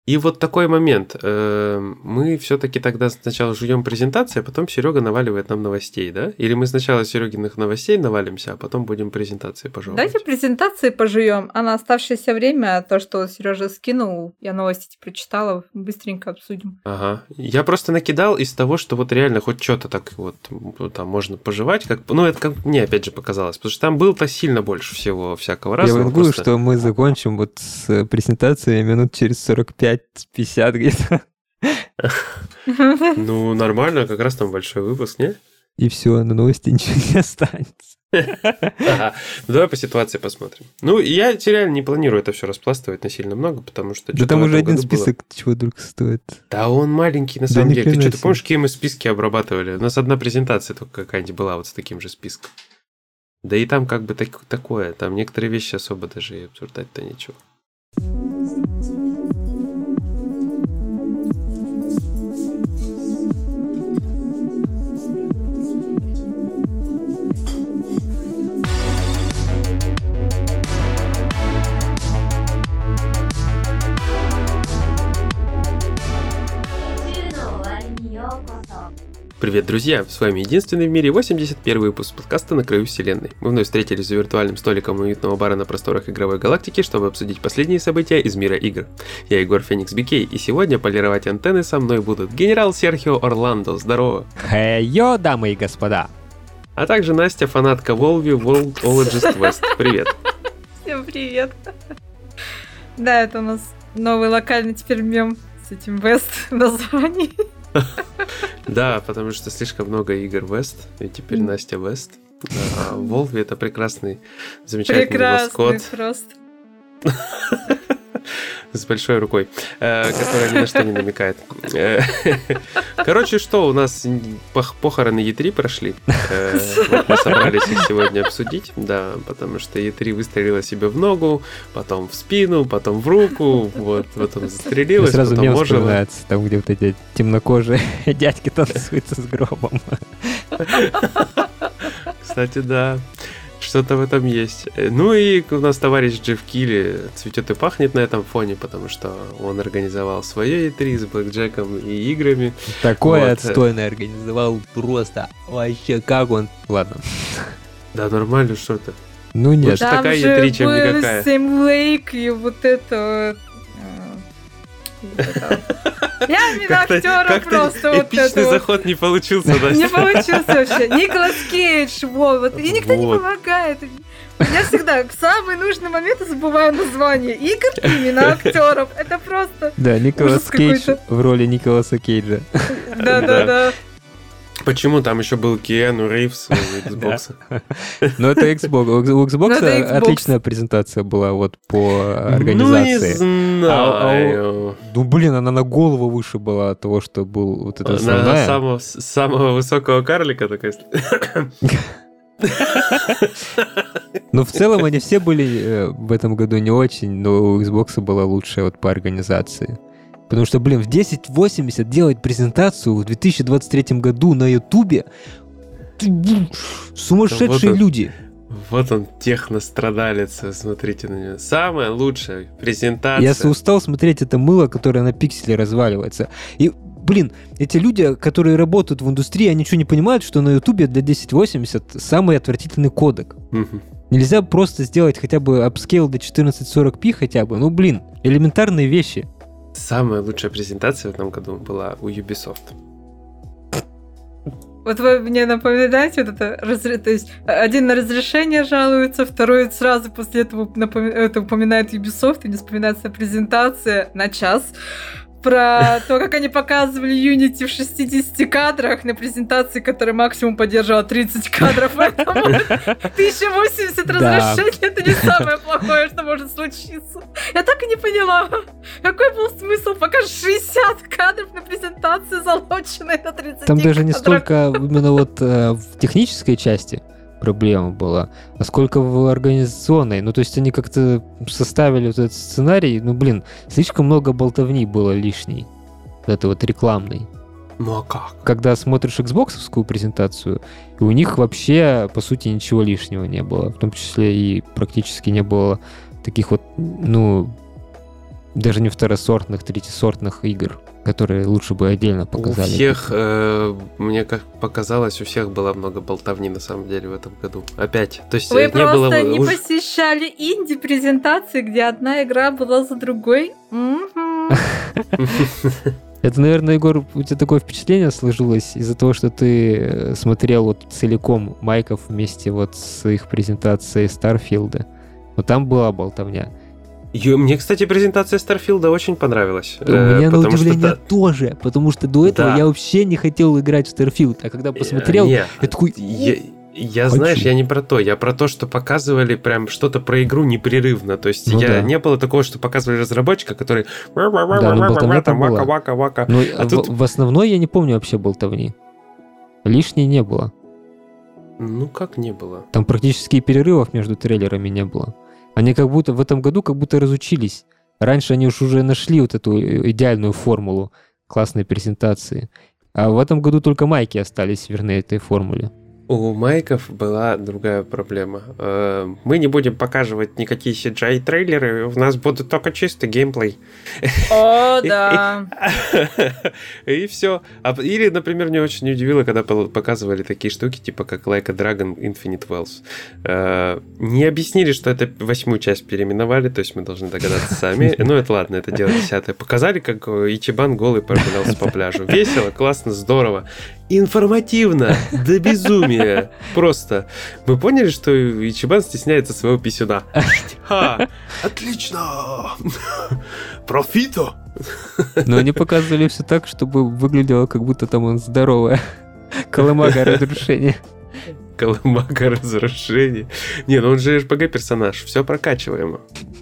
И вот такой момент. Мы все-таки тогда сначала жуем презентации, а потом Серега наваливает нам новостей, да? Или мы сначала Серегиных новостей навалимся, а потом будем презентации пожевывать? Давайте презентации пожуем, а на оставшееся время то, что Сережа скинул, я новости прочитала, быстренько обсудим. Ага. Я просто накидал из того, что вот реально хоть что-то так вот там можно пожевать, как, ну это как мне опять же показалось, потому что там было-то сильно больше всего всякого разного. Я вангую, что мы закончим вот с презентацией минут через 45-50 где-то. Ну, нормально, как раз там большой выпуск, не? И все, на новости ничего не останется. Ага. Ну, давай по ситуации посмотрим. Ну, я реально не планирую это все распластывать на сильно много, потому что... Да там уже один список чего только стоит. Да он маленький на самом деле. Ты что, ты помнишь, какие мы списки обрабатывали? У нас одна презентация только какая-нибудь была вот с таким же списком. Да и там как бы такое. Там некоторые вещи особо даже и обсуждать-то нечего. Привет, друзья! С вами единственный в мире 81-й выпуск подкаста «На краю вселенной». Мы вновь встретились за виртуальным столиком уютного бара на просторах игровой галактики, чтобы обсудить последние события из мира игр. Я Егор Феникс Бикей, и сегодня полировать антенны со мной будут генерал Серхио Орландо, здорово! Хей-йо, дамы и господа! А также Настя, фанатка Волви, Worldologist West. Привет! Всем привет! Да, это у нас новый локальный теперь мем с этим West в названии. Да, потому что слишком много игр West, и теперь Настя West. А Волви — это прекрасный, замечательный маскот. Прекрасный просто. С большой рукой, которая ни на что не намекает. Короче, что, у нас похороны E3 прошли. Вот мы собрались их сегодня обсудить, да, потому что E3 выстрелила себе в ногу, потом в спину, потом в руку, вот, потом застрелилась, сразу потом мем ожила. вспоминается, там, где вот эти темнокожие дядьки танцуются с гробом. Кстати, да. Что-то в этом есть. Ну и у нас товарищ Джефф Килли цветет и пахнет на этом фоне, потому что он организовал свое E3 с блэкджеком и играми. Такое вот. Отстойное организовал просто. Вообще, как он... Ладно. Да, нормально, что то. Ну нет. Лучше такая E3, чем никакая. Сэм Лейк и вот это... Я именно актера просто вот это. Эпичный заход не получился, да? Не получился вообще. Николас Кейдж, вот. И никто не помогает. Я всегда в самый нужный момент забываю название игр и имена актеров. Это просто... Да, Николас Кейдж в роли Николаса Кейджа. Да. Почему? Там еще был Киану Ривз у Xbox. Ну, это Xbox. У Xbox отличная презентация была вот по организации. Ну, не знаю. Ну, блин, она на голову выше была от того, что был вот это основная. На самого высокого карлика такая. Ну, в целом они все были в этом году не очень, но у Xbox была лучшая вот по организации. Потому что, блин, в 1080 делать презентацию в 2023 году на Ютубе сумасшедшие вот люди. Вот он, технострадалец, смотрите на него. Самая лучшая презентация. Я устал смотреть это мыло, которое на пикселе разваливается. И, блин, эти люди, которые работают в индустрии, они что, не понимают, что на Ютубе для 1080 самый отвратительный кодек? Нельзя просто сделать хотя бы апскейл до 1440p хотя бы? Ну, блин, элементарные вещи. Самая лучшая презентация в этом году была у Ubisoft. Вот вы мне напоминаете вот это, то есть один на разрешение жалуется, второй сразу после этого это упоминает Ubisoft, и не вспоминается презентация на час про то, как они показывали Unity в 60 кадрах на презентации, которая максимум поддерживала 30 кадров. Поэтому 1080 разрешение — это не самое плохое, что может случиться. Я так и не поняла, какой был смысл показать 60 кадров на презентации, залоченной на 30 кадрах. Там даже не столько именно вот в технической части проблема была, а сколько в организационной. Ну, то есть они как-то составили вот этот сценарий, ну, блин, слишком много болтовни было лишней, вот этой вот рекламной. Ну, а как? Когда смотришь Xbox-овскую презентацию, и у них вообще, по сути, ничего лишнего не было, в том числе и практически не было таких вот, ну, Даже не второсортных, третьесортных игр, которые лучше бы отдельно показали. У всех, мне как показалось, у всех было много болтовни на самом деле в этом году. Опять. То есть Вы не просто было... не посещали инди-презентации, где одна игра была за другой? Это, наверное, Егор, у тебя такое впечатление сложилось из-за того, что ты смотрел вот целиком Майков вместе вот с их презентацией Старфилда. Вот там была болтовня. Мне, кстати, презентация Старфилда очень понравилась. У меня на удивление тоже, потому что до этого я вообще не хотел играть в Старфилд, а когда посмотрел, я такой... Я знаешь, я не про то. Я про то, что показывали прям что-то про игру непрерывно. То есть не было такого, что показывали разработчика, который... Да, но болтовня там была. Вака. Но в основной я не помню вообще болтовни. Лишней не было. Ну, как не было? Там практически перерывов между трейлерами не было. Они как будто в этом году разучились. Раньше они уже нашли вот эту идеальную формулу классной презентации. А в этом году только майки остались верны этой формуле. У майков была другая проблема. Мы не будем показывать никакие CGI-трейлеры, у нас будут только чистый геймплей. О, да. И все. Или, например, меня очень удивило, когда показывали такие штуки, типа как Like a Dragon Infinite Wells. Не объяснили, что это 8-ю часть переименовали, то есть мы должны догадаться сами. Ну, это ладно, это дело 10-е. Показали, как Ичибан голый прогулялся по пляжу. Весело, классно, здорово. Информативно, до безумия. Просто. Мы поняли, что Ичибан стесняется своего писюна. Отлично! Профито! Но они показывали все так, чтобы выглядело, как будто там он здоровая. Колымага разрушения. Колымага разрушения. Не, ну он же РПГ-персонаж. Все прокачиваемо.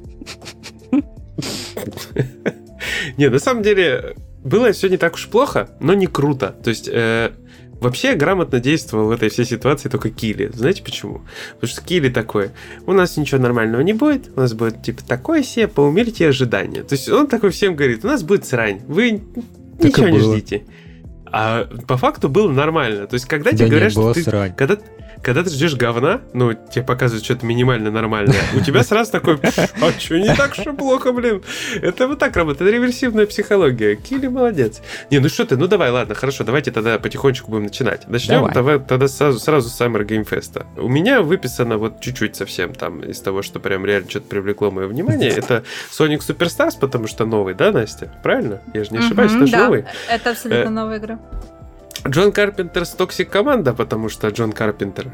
Не, на самом деле... Было все не так уж плохо, но не круто. То есть, вообще грамотно действовал в этой всей ситуации только Килли. Знаете почему? Потому что Килли такой, у нас ничего нормального не будет, у нас будет типа такое себе, поумерьте ожидания. То есть он такой всем говорит, у нас будет срань, вы ничего не ждите. А по факту было нормально. То есть, когда тебе говорят, что ты... Когда ты ждешь говна, ну, тебе показывают что-то минимально нормальное, у тебя сразу такой, а что не так уж и плохо, блин. Это вот так работает, это реверсивная психология. Килли молодец. Не, ну что ты, ну давай, ладно, хорошо, давайте тогда потихонечку будем начинать. Начнем тогда сразу с Summer Game Fest. У меня выписано вот чуть-чуть совсем там из того, что прям реально что-то привлекло мое внимание. Это Sonic Superstars, потому что новый, да, Настя? Правильно? Я же не ошибаюсь, это же новый. Это абсолютно новая игра. Джон Карпентерс Toxic Команда, потому что Джон Карпентер,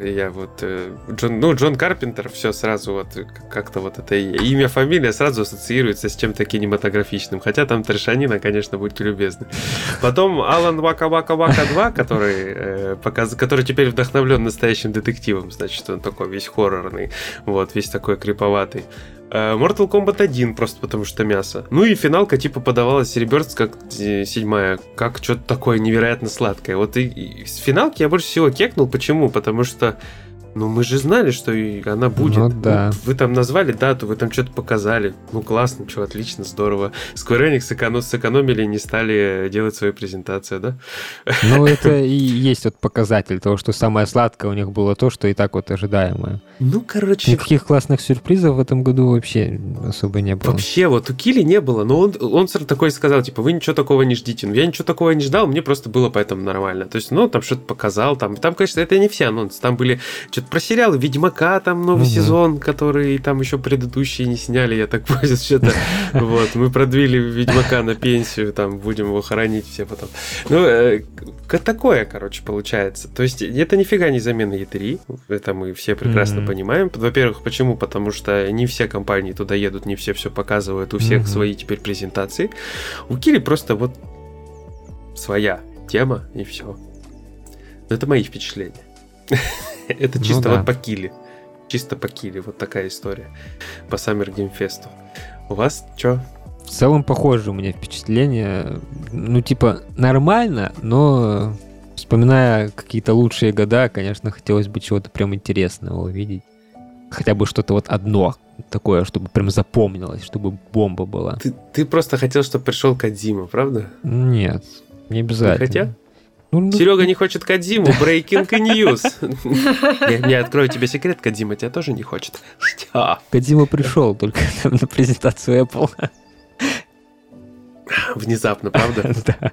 Джон Карпентер, все сразу вот как-то вот это имя, фамилия сразу ассоциируется с чем-то кинематографичным, хотя там трешанина, конечно, будьте любезны. Потом Алан Вака 2, который теперь вдохновлен настоящим детективом, значит, он такой весь хоррорный, вот, весь такой криповатый. Mortal Kombat 1, просто потому что мясо. Ну и финалка типа подавалась Rebirth как 7-я, как что-то такое невероятно сладкое. Вот и с финалки я больше всего кекнул. Почему? Потому что ну мы же знали, что она будет. Ну, да. Вы там назвали дату, вы там что-то показали. Ну классно, что, отлично, здорово. Square Enix сэкономили, не стали делать свою презентацию, да? Ну это и есть вот показатель того, что самое сладкое у них было то, что и так вот ожидаемое. Ну, короче... Никаких классных сюрпризов в этом году вообще особо не было. Вообще, вот у Килли не было, но он такой сказал, типа, вы ничего такого не ждите. Ну, я ничего такого не ждал, мне просто было поэтому нормально. То есть, ну, там что-то показал, там, конечно, это не все анонсы, там были что-то про сериалы Ведьмака, там новый сезон, который там еще предыдущие не сняли, я так понял, что-то. Вот, мы продлили Ведьмака на пенсию, там, будем его хоронить все потом. Ну, такое, короче, получается. То есть, это нифига не замена E3, это мы все прекрасно понимаем. Во-первых, почему? Потому что не все компании туда едут, не все показывают, у всех свои теперь презентации. У Килли просто вот своя тема, и все. Но это мои впечатления. Это чисто вот по Килли. Чисто по Килли. Вот такая история. По Summer Game Fest. У вас что? В целом похоже у меня впечатление. Ну, типа, нормально, но вспоминая какие-то лучшие года, конечно, хотелось бы чего-то прям интересного увидеть. Хотя бы что-то вот одно такое, чтобы прям запомнилось, чтобы бомба была. Ты просто хотел, чтобы пришел Кодзима, правда? Нет, не обязательно. Не хотел? Серега не хочет Кодзиму, breaking news. Я открою тебе секрет, Кодзима тебя тоже не хочет. Кодзима пришел только на презентацию Apple. Внезапно, правда? Да.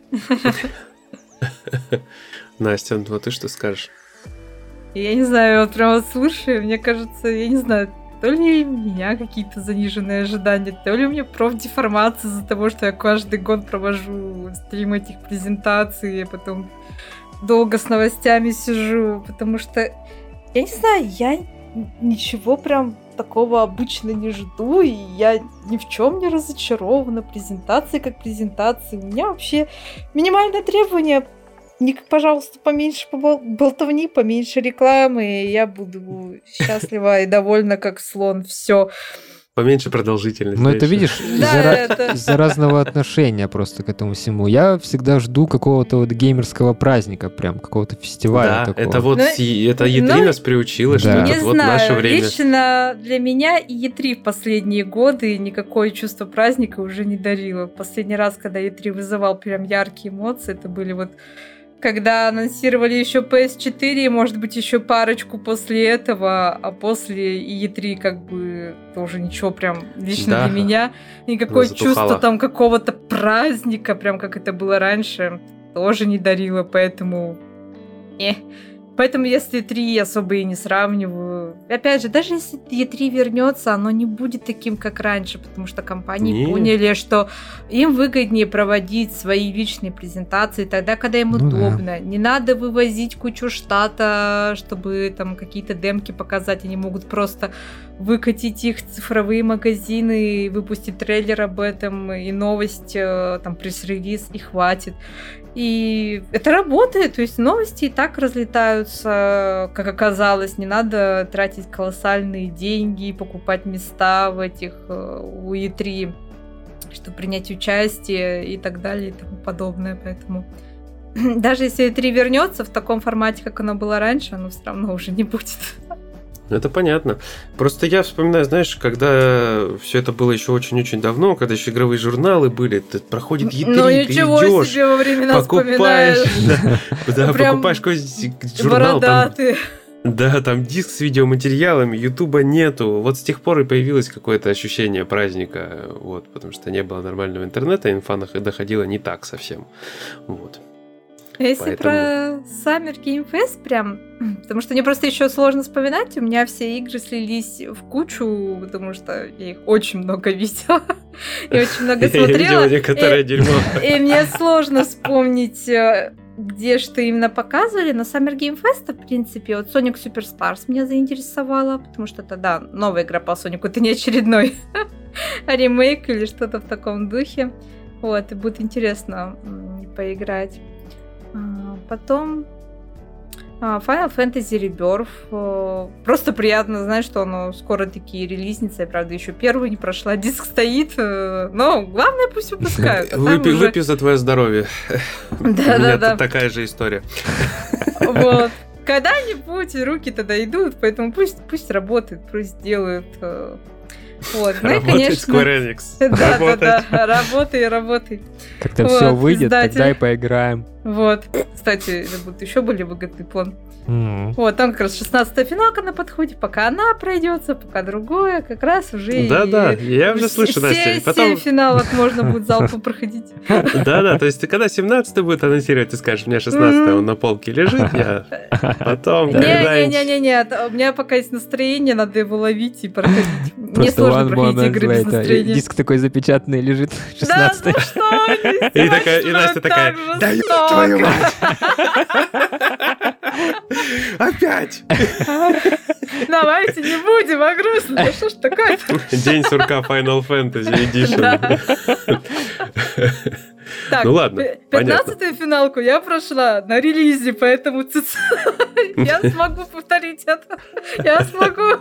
Настя, ну ты что скажешь? Я не знаю, вот прям вот слушаю, мне кажется, я не знаю, то ли у меня какие-то заниженные ожидания, то ли у меня профдеформация из-за того, что я каждый год провожу стрим этих презентаций, а потом долго с новостями сижу, потому что, я не знаю, я ничего прям такого обычно не жду, и я ни в чем не разочарована. Презентации как презентации. У меня вообще минимальное требование: пожалуйста, поменьше болтовни, поменьше рекламы, и я буду счастлива и довольна, как слон. Все. Поменьше продолжительность. Ну, это, видишь, из-за разного отношения просто к этому всему. Я всегда жду какого-то вот геймерского праздника, прям какого-то фестиваля такого. Это вот это E3 нас приучило, что это вот наше время. Лично для меня E3 в последние годы никакое чувство праздника уже не дарило. Последний раз, когда E3 вызывал прям яркие эмоции, это были вот когда анонсировали еще PS4, может быть, еще парочку после этого, а после E3 как бы тоже ничего прям лично для меня. Никакое чувство там какого-то праздника, прям как это было раньше, тоже не дарило, поэтому... Поэтому я с E3 особо и не сравниваю. Опять же, даже если E3 вернется, оно не будет таким, как раньше, потому что компании поняли, что им выгоднее проводить свои личные презентации тогда, когда им удобно. Не надо вывозить кучу штата, чтобы там какие-то демки показать. Они могут просто выкатить их в цифровые магазины, выпустить трейлер об этом и новость, там, пресс-релиз, и хватит. И это работает, то есть новости и так разлетаются, как оказалось, не надо тратить колоссальные деньги, покупать места в этих у E3, чтобы принять участие и так далее и тому подобное, поэтому даже если E3 вернется в таком формате, как оно было раньше, оно все равно уже не будет. Это понятно. Просто я вспоминаю, знаешь, когда все это было еще очень-очень давно, когда еще игровые журналы были, проходит E3, ну, ты идешь, себе во времена покупаешь, покупаешь какой-нибудь журнал, бородатый. Да, там диск с видеоматериалами, Ютуба нету. Вот с тех пор и появилось какое-то ощущение праздника, вот, потому что не было нормального интернета, инфа доходила не так совсем, вот. Если про Summer Game Fest прям, потому что мне просто еще сложно вспоминать, у меня все игры слились в кучу, потому что я их очень много видела и очень много смотрела. Я видела некоторое дерьмо. И мне сложно вспомнить, где что именно показывали, но Summer Game Fest, в принципе, вот Sonic Superstars меня заинтересовала, потому что это, да, новая игра по Сонику, это не очередной ремейк или что-то в таком духе. Вот, и будет интересно поиграть. Потом Final Fantasy Rebirth. Просто приятно знать, что оно скоро такие релизнится. Я, правда, еще первую не прошла. Диск стоит. Но главное, пусть выпускают. Выпью за твое здоровье. У меня такая же история. Вот. Когда-нибудь руки-то дойдут, поэтому пусть работает, пусть делают. Вот. Ну, работает, конечно, Square Enix. Да, работай. Когда все выйдет, тогда и поиграем. Вот. Кстати, еще более выгодный план. Вот, там как раз 16-я финалка на подходе. Пока она пройдется, пока другое, как раз уже да, я уже слышу, Настя. 7 финалок можно будет залпом проходить. Да, то есть ты когда 17-й будет анонсировать, ты скажешь, у меня 16-й, он на полке лежит, я потом... Не, у меня пока есть настроение, надо его ловить и проходить. Мне сложно проходить игры без настроения. Диск такой запечатанный лежит, 16-й. Да, ну что? И Настя такая, да ёб твою мать! Опять! Давайте не будем, грустно. Да что ж такое-то? День сурка Final Fantasy Edition. Так, ну ладно, 15-ю финалку я прошла на релизе, поэтому я смогу повторить это. Я смогу.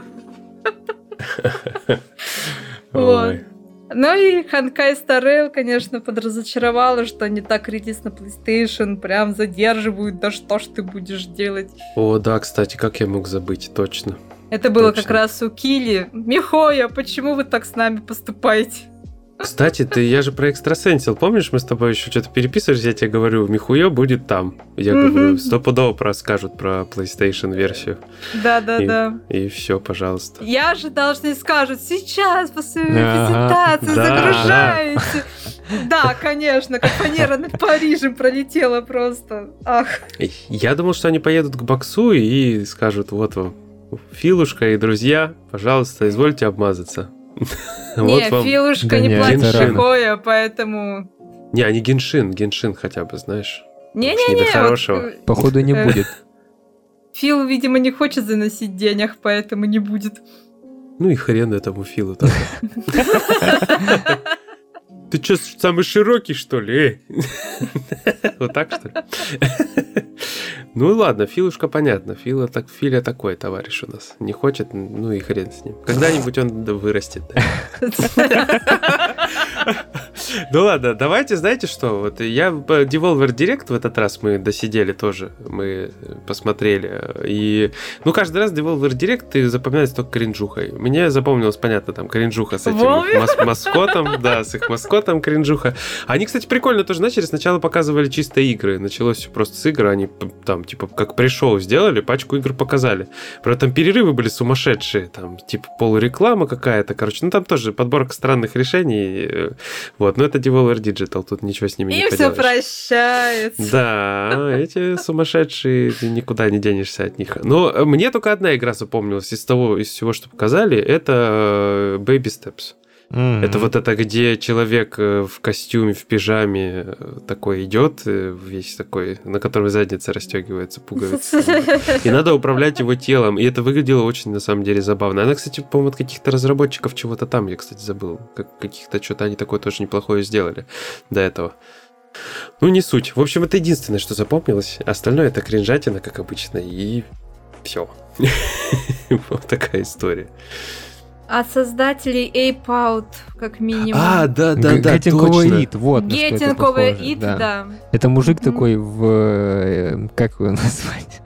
Вот. Ну и Honkai Star Rail, конечно, подразочаровала, что они так релиз на PlayStation прям задерживают. Да что ж ты будешь делать? О, да, кстати, как я мог забыть, точно. Это было как раз у Килли. Михоя, почему вы так с нами поступаете? Кстати, я же про экстрасенсил, помнишь, мы с тобой еще что-то переписывались, я тебе говорю, Михуё будет там. Я говорю, стопудово скажут про PlayStation-версию. Да. И все, пожалуйста. Я ожидала, что они скажут, сейчас, после презентации, загружаете. Да, конечно, как фанера над Парижем пролетела просто. Ах. Я думал, что они поедут к боксу и скажут, вот вам, Филушка и друзья, пожалуйста, извольте обмазаться. Не, Филушка не платит такое, поэтому... Не, они Геншин хотя бы, знаешь. Не-не-не. Хорошего. Походу не будет. Фил, видимо, не хочет заносить денег, поэтому не будет. Ну и хрен этому Филу тогда. Ты что, самый широкий, что ли? Вот так, что ли? Ну ладно, Филушка понятно. Филя такой товарищ у нас. Не хочет, ну и хрен с ним. Когда-нибудь он вырастет. Ну ладно, давайте, знаете что? Вот я Devolver Direct в этот раз мы досидели тоже. Мы посмотрели. И, ну, каждый раз Devolver Direct ты запоминается только кринжухой. Мне запомнилось, понятно, там кринжуха с этим маскотом. Да, с их маскотом кринжуха. Они, кстати, прикольно тоже начали. Сначала показывали чисто игры. Началось все просто с игр. Они там, типа, как пришел, сделали, пачку игр показали. При этом перерывы были сумасшедшие. Там, типа, полуреклама какая-то. Короче, ну, там тоже подборка странных решений. Вот, но это Devolver Digital. Тут ничего с ними не поделаешь. И все прощается. Да, эти сумасшедшие, никуда не денешься от них. Но мне только одна игра запомнилась из всего, что показали. Это Baby Steps. Это вот это, где человек в костюме, в пижаме такой идет, весь такой, на котором задница расстегивается, пуговица. И надо управлять его телом. И это выглядело очень, на самом деле, забавно. Она, кстати, по-моему, от каких-то разработчиков чего-то там, я, кстати, забыл. Каких-то что-то они такое тоже неплохое сделали до этого. Ну, не суть. В общем, это единственное, что запомнилось. Остальное это кринжатина, как обычно, и все. Вот такая история. От создателей Ape Out, как минимум. Да, Getting Over It, вот. Getting Over It, да. Это мужик такой в... Как его назвать?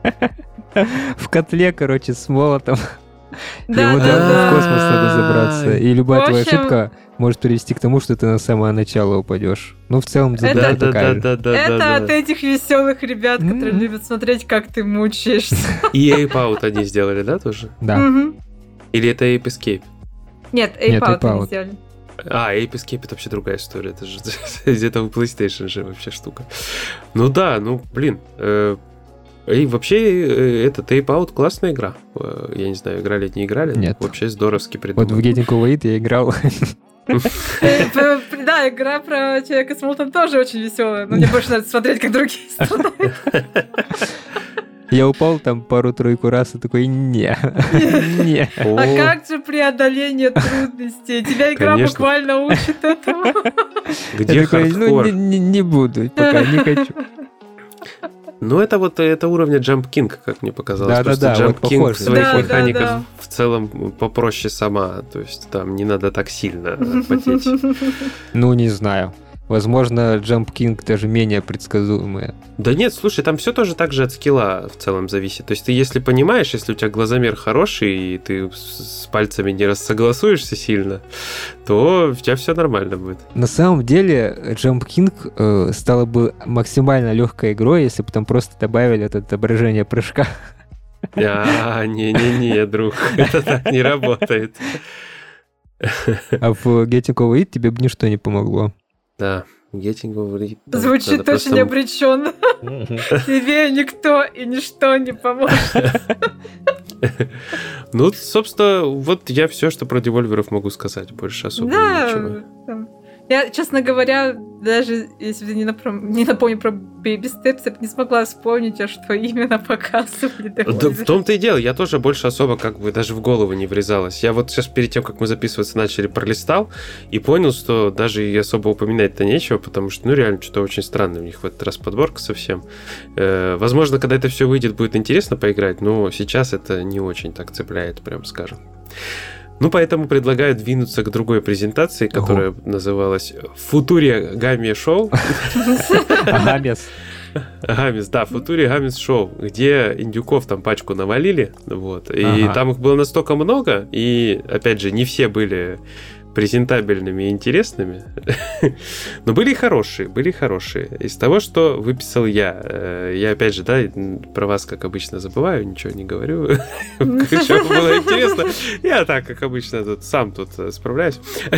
В котле, короче, с молотом. Ему в космос надо забраться. И любая твоя ошибка может привести к тому, что ты на самое начало упадешь. Ну, в целом, задача такая же. Это от этих веселых ребят, которые любят смотреть, как ты мучаешься. И Ape Out они сделали, да, тоже? Да. Или это Ape Escape? Нет, Ape Out они сделали. Ape Escape это вообще другая история. Это же из этого PlayStation же вообще штука. Ну да, ну блин. И вообще этот Ape Out классная игра. Я не знаю, играли, не играли. Нет. Вообще здоровски придумали. Вот в Getting Over It я играл. Да, игра про человека с молотом тоже очень веселая. Но мне больше нравится смотреть, как другие страдают. Я упал там пару-тройку раз и такой, не. А как же преодоление трудностей? Тебя игра буквально учит этому. Где хардкор? Не буду, пока не хочу. Ну, это уровня Jump King, как мне показалось. Да, Jump вот King в своих да, механиках да. в целом попроще сама. То есть там не надо так сильно потеть. Ну, не знаю. Возможно, Jump King даже менее предсказуемые. Да нет, слушай, там все тоже так же от скилла в целом зависит. То есть ты если понимаешь, если у тебя глазомер хороший, и ты с пальцами не рассогласуешься сильно, то у тебя все нормально будет. На самом деле, Jump King стала бы максимально легкой игрой, если бы там просто добавили это отображение прыжка. Не, друг, это так не работает. А в Getting Over It тебе бы ничто не помогло. Да, Getting Over It. Звучит очень обреченно. Тебе никто и ничто не поможет. Ну, собственно, вот я все, что про девольверов могу сказать. Больше особо ничего. Я, честно говоря, даже если ты не напомню про Baby Steps, я не смогла вспомнить, что именно показывали. Да, в том-то и дело, я тоже больше особо как бы даже в голову не врезалась. Я вот сейчас перед тем, как мы записываться начали, пролистал и понял, что даже и особо упоминать-то нечего, потому что, ну, реально, что-то очень странное у них в этот раз подборка совсем. Возможно, когда это все выйдет, будет интересно поиграть, но сейчас это не очень так цепляет, прям скажем. Ну, поэтому предлагаю двинуться к другой презентации, которая называлась Future Game Show. Гамес, да, Future Гамес Show, где индюков там пачку навалили, вот, и там их было настолько много, и, опять же, не все были презентабельными и интересными. Но были хорошие. Из того, что выписал я опять же, да, про вас, как обычно, забываю, ничего не говорю. Что было интересно. Я так, как обычно, сам справляюсь.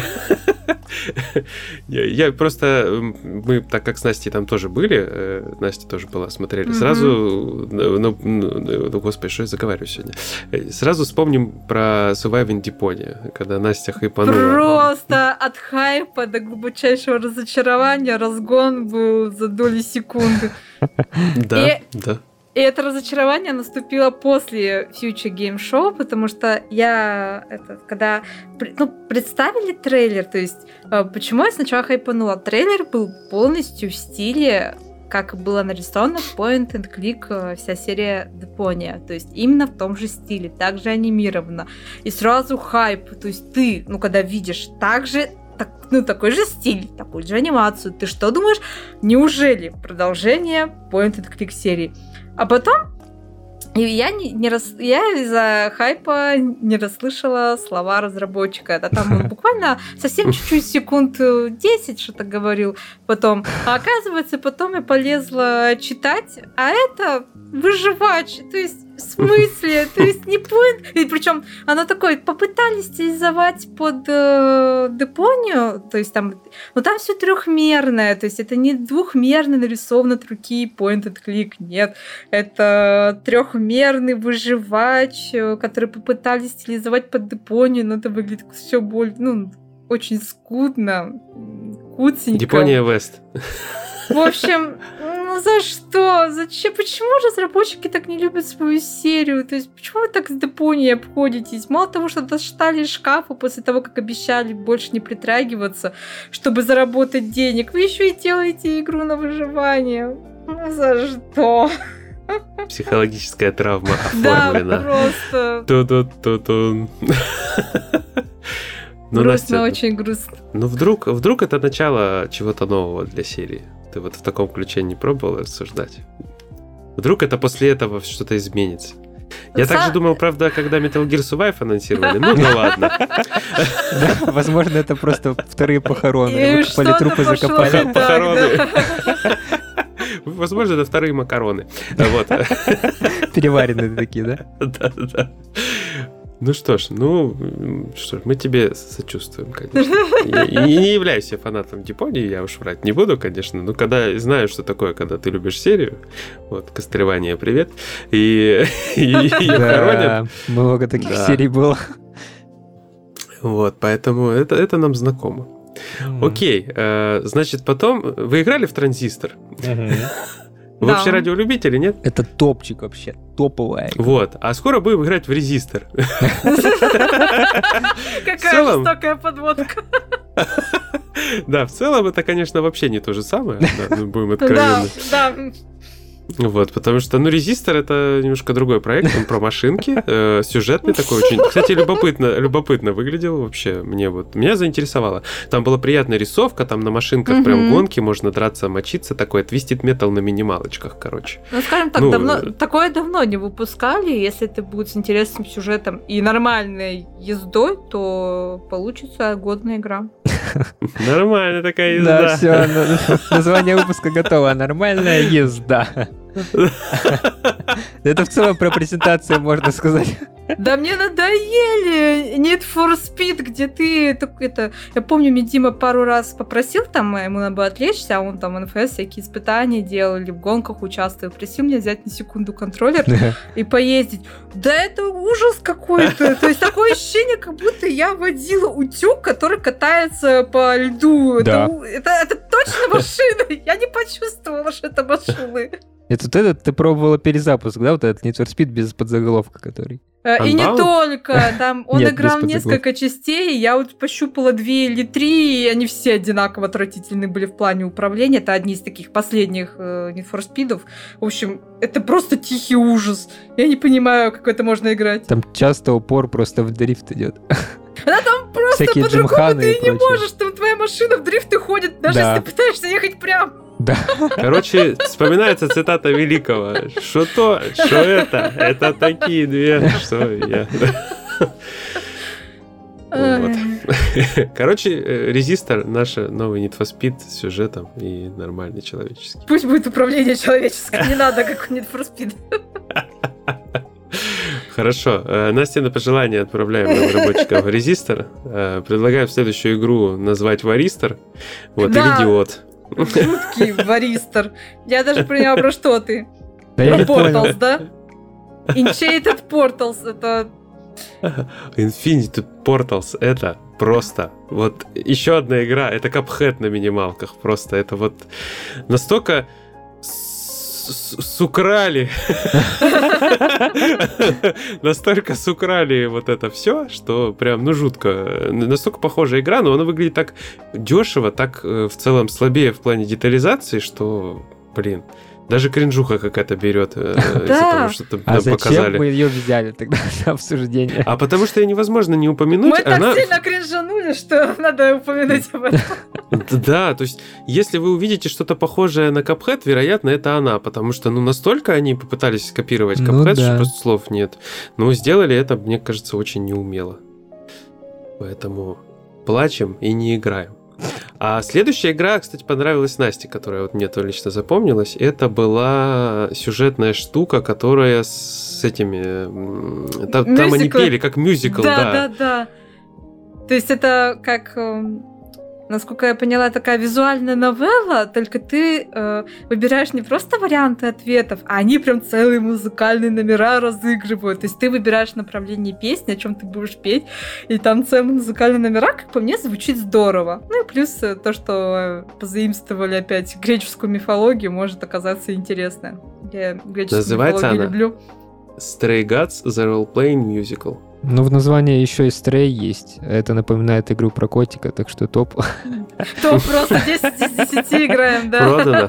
Я просто... Мы, так как с Настей там тоже были, Настя тоже была, смотрели, сразу... Господи, что я заговариваю сегодня? Сразу вспомним про Surviving Deponia, когда Настя хайпанула. Просто от хайпа до глубочайшего разочарования разгон был за доли секунды. Да. И это разочарование наступило после Future Game Show, потому что когда представили трейлер, то есть почему я сначала хайпанула? Трейлер был полностью в стиле, как было нарисовано в Point and Click вся серия Deponia, то есть именно в том же стиле, также анимировано. И сразу хайп, то есть ты, когда видишь такой же стиль, такую же анимацию, ты что думаешь, неужели продолжение Point and Click серии? А потом я из-за хайпа не расслышала слова разработчика. Это там он буквально совсем чуть-чуть, секунд 10 что-то говорил. Потом, оказывается, потом я полезла читать, а это выживач. То есть, в смысле? То есть, не point. И причем оно такое, попытались стилизовать под Депонию, то есть там все трехмерное, то есть это не двухмерно нарисовано от руки point and click, нет. Это трехмерный выживач, который попытались стилизовать под Депонию, но это выглядит все более, очень скудно, куценько. Депония Вест. В общем, за что? Зачем? Почему разработчики так не любят свою серию? То есть, почему вы так с Депонией обходитесь? Мало того, что достали из шкафа после того, как обещали больше не притрагиваться, чтобы заработать денег, вы еще и делаете игру на выживание. За что? Психологическая травма оформлена. Да, просто. Ту-ту-ту-ту. Грустно, очень грустно. Вдруг это начало чего-то нового для серии. Ты в таком ключе не пробовала рассуждать? Вдруг это после этого что-то изменится? Я также думал, правда, когда Metal Gear Survive анонсировали. Ну ладно. Возможно, это просто вторые похороны. Выкопали трупы, закопали. Похороны. Возможно, это вторые макароны. Переваренные такие, да? Да. Ну что ж, мы тебе сочувствуем, конечно. И не являюсь я фанатом Депонии, я уж врать не буду, конечно, но когда знаю, что такое, когда ты любишь серию, Костревание, привет, и хоронят. Много таких серий было. Поэтому это нам знакомо. Окей, значит, потом вы играли в Транзистор? Вы вообще радиолюбители, нет? Это топчик вообще, топовая. А скоро будем играть в Резистор. Какая жестокая подводка. Да, в целом это, конечно, вообще не то же самое, будем откровенны. Да. Потому что, Резистор — это немножко другой проект, он про машинки, сюжетный такой очень. Кстати, любопытно выглядел вообще, меня заинтересовало. Там была приятная рисовка, там на машинках прям гонки, можно драться, мочиться, такой Twisted Metal на минималочках, короче. Скажем так, такое давно не выпускали, если это будет с интересным сюжетом и нормальной ездой, то получится годная игра. Нормальная такая езда. Да, все, название выпуска готово. Нормальная езда. Это в целом про презентацию можно сказать. Да мне надоели Need for Speed, где ты... Я помню, меня Дима пару раз попросил, ему надо было отвлечься, а он там НФС всякие испытания делал, или в гонках участвовал. Просил меня взять на секунду контроллер и поездить. Да это ужас какой-то. То есть такое ощущение, как будто я водила утюг, который катается по льду. Это точно машина. Я не почувствовала, что это машины. Ты пробовала перезапуск, да? Этот Need for Speed без подзаголовка, который... И не только. Там он играл в несколько частей. Я пощупала 2 или 3, и они все одинаково отвратительные были в плане управления. Это одни из таких последних Need for Speed'ов. В общем, это просто тихий ужас. Я не понимаю, как это можно играть. Там часто упор просто в дрифт идет. Да там просто по-другому ты не можешь. Там твоя машина в дрифт ходит, даже если ты пытаешься ехать прямо. Да. Короче, вспоминается цитата великого. Что то, что это такие две, что я... Вот. Короче, Резистор наш новый Need for Speed с сюжетом и нормальный человеческий. Пусть будет управление человеческое, не надо, как у Need for Speed. Хорошо. Настя, на пожелание отправляем разработчикам Резистор. Предлагаем следующую игру назвать Варистор. Вот, или Диод. Жуткий Варистор. Я даже поняла, про что ты. Да Про Portals, да? Enchanted Portals, это... Infinity Portals, это просто... Вот еще одна игра, это Cuphead на минималках. Просто это вот настолько... сукрали. Настолько сукрали вот это все, что прям, жутко. Настолько похожая игра, но она выглядит так дешево, так в целом слабее в плане детализации, что, блин, даже кринжуха какая-то берет из-за того, что там показали. А зачем мы ее взяли тогда на обсуждение? А потому что ее невозможно не упомянуть. Мы так сильно кринжанули, что надо упомянуть об этом. Да, то есть, если вы увидите что-то похожее на Cuphead, вероятно, это она, потому что, настолько они попытались скопировать Cuphead, что просто слов нет. Но сделали это, мне кажется, очень неумело. Поэтому плачем и не играем. А следующая игра, кстати, понравилась Насте, которая вот мне тоже лично запомнилась. Это была сюжетная штука, которая с этими... Там они пели, как мюзикл, да. Да. То есть это как... Насколько я поняла, такая визуальная новелла, только ты выбираешь не просто варианты ответов, а они прям целые музыкальные номера разыгрывают. То есть ты выбираешь направление песни, о чем ты будешь петь, и там целые музыкальные номера, как по мне, звучит здорово. Ну и плюс то, что позаимствовали опять греческую мифологию, может оказаться интересно. Я греческую Называется мифологию люблю. Stray Gods The Role-Playing Musical. Ну, в названии еще и Stray есть. Это напоминает игру про котика, так что топ. Топ просто 10 из 10 играем, да. Продано.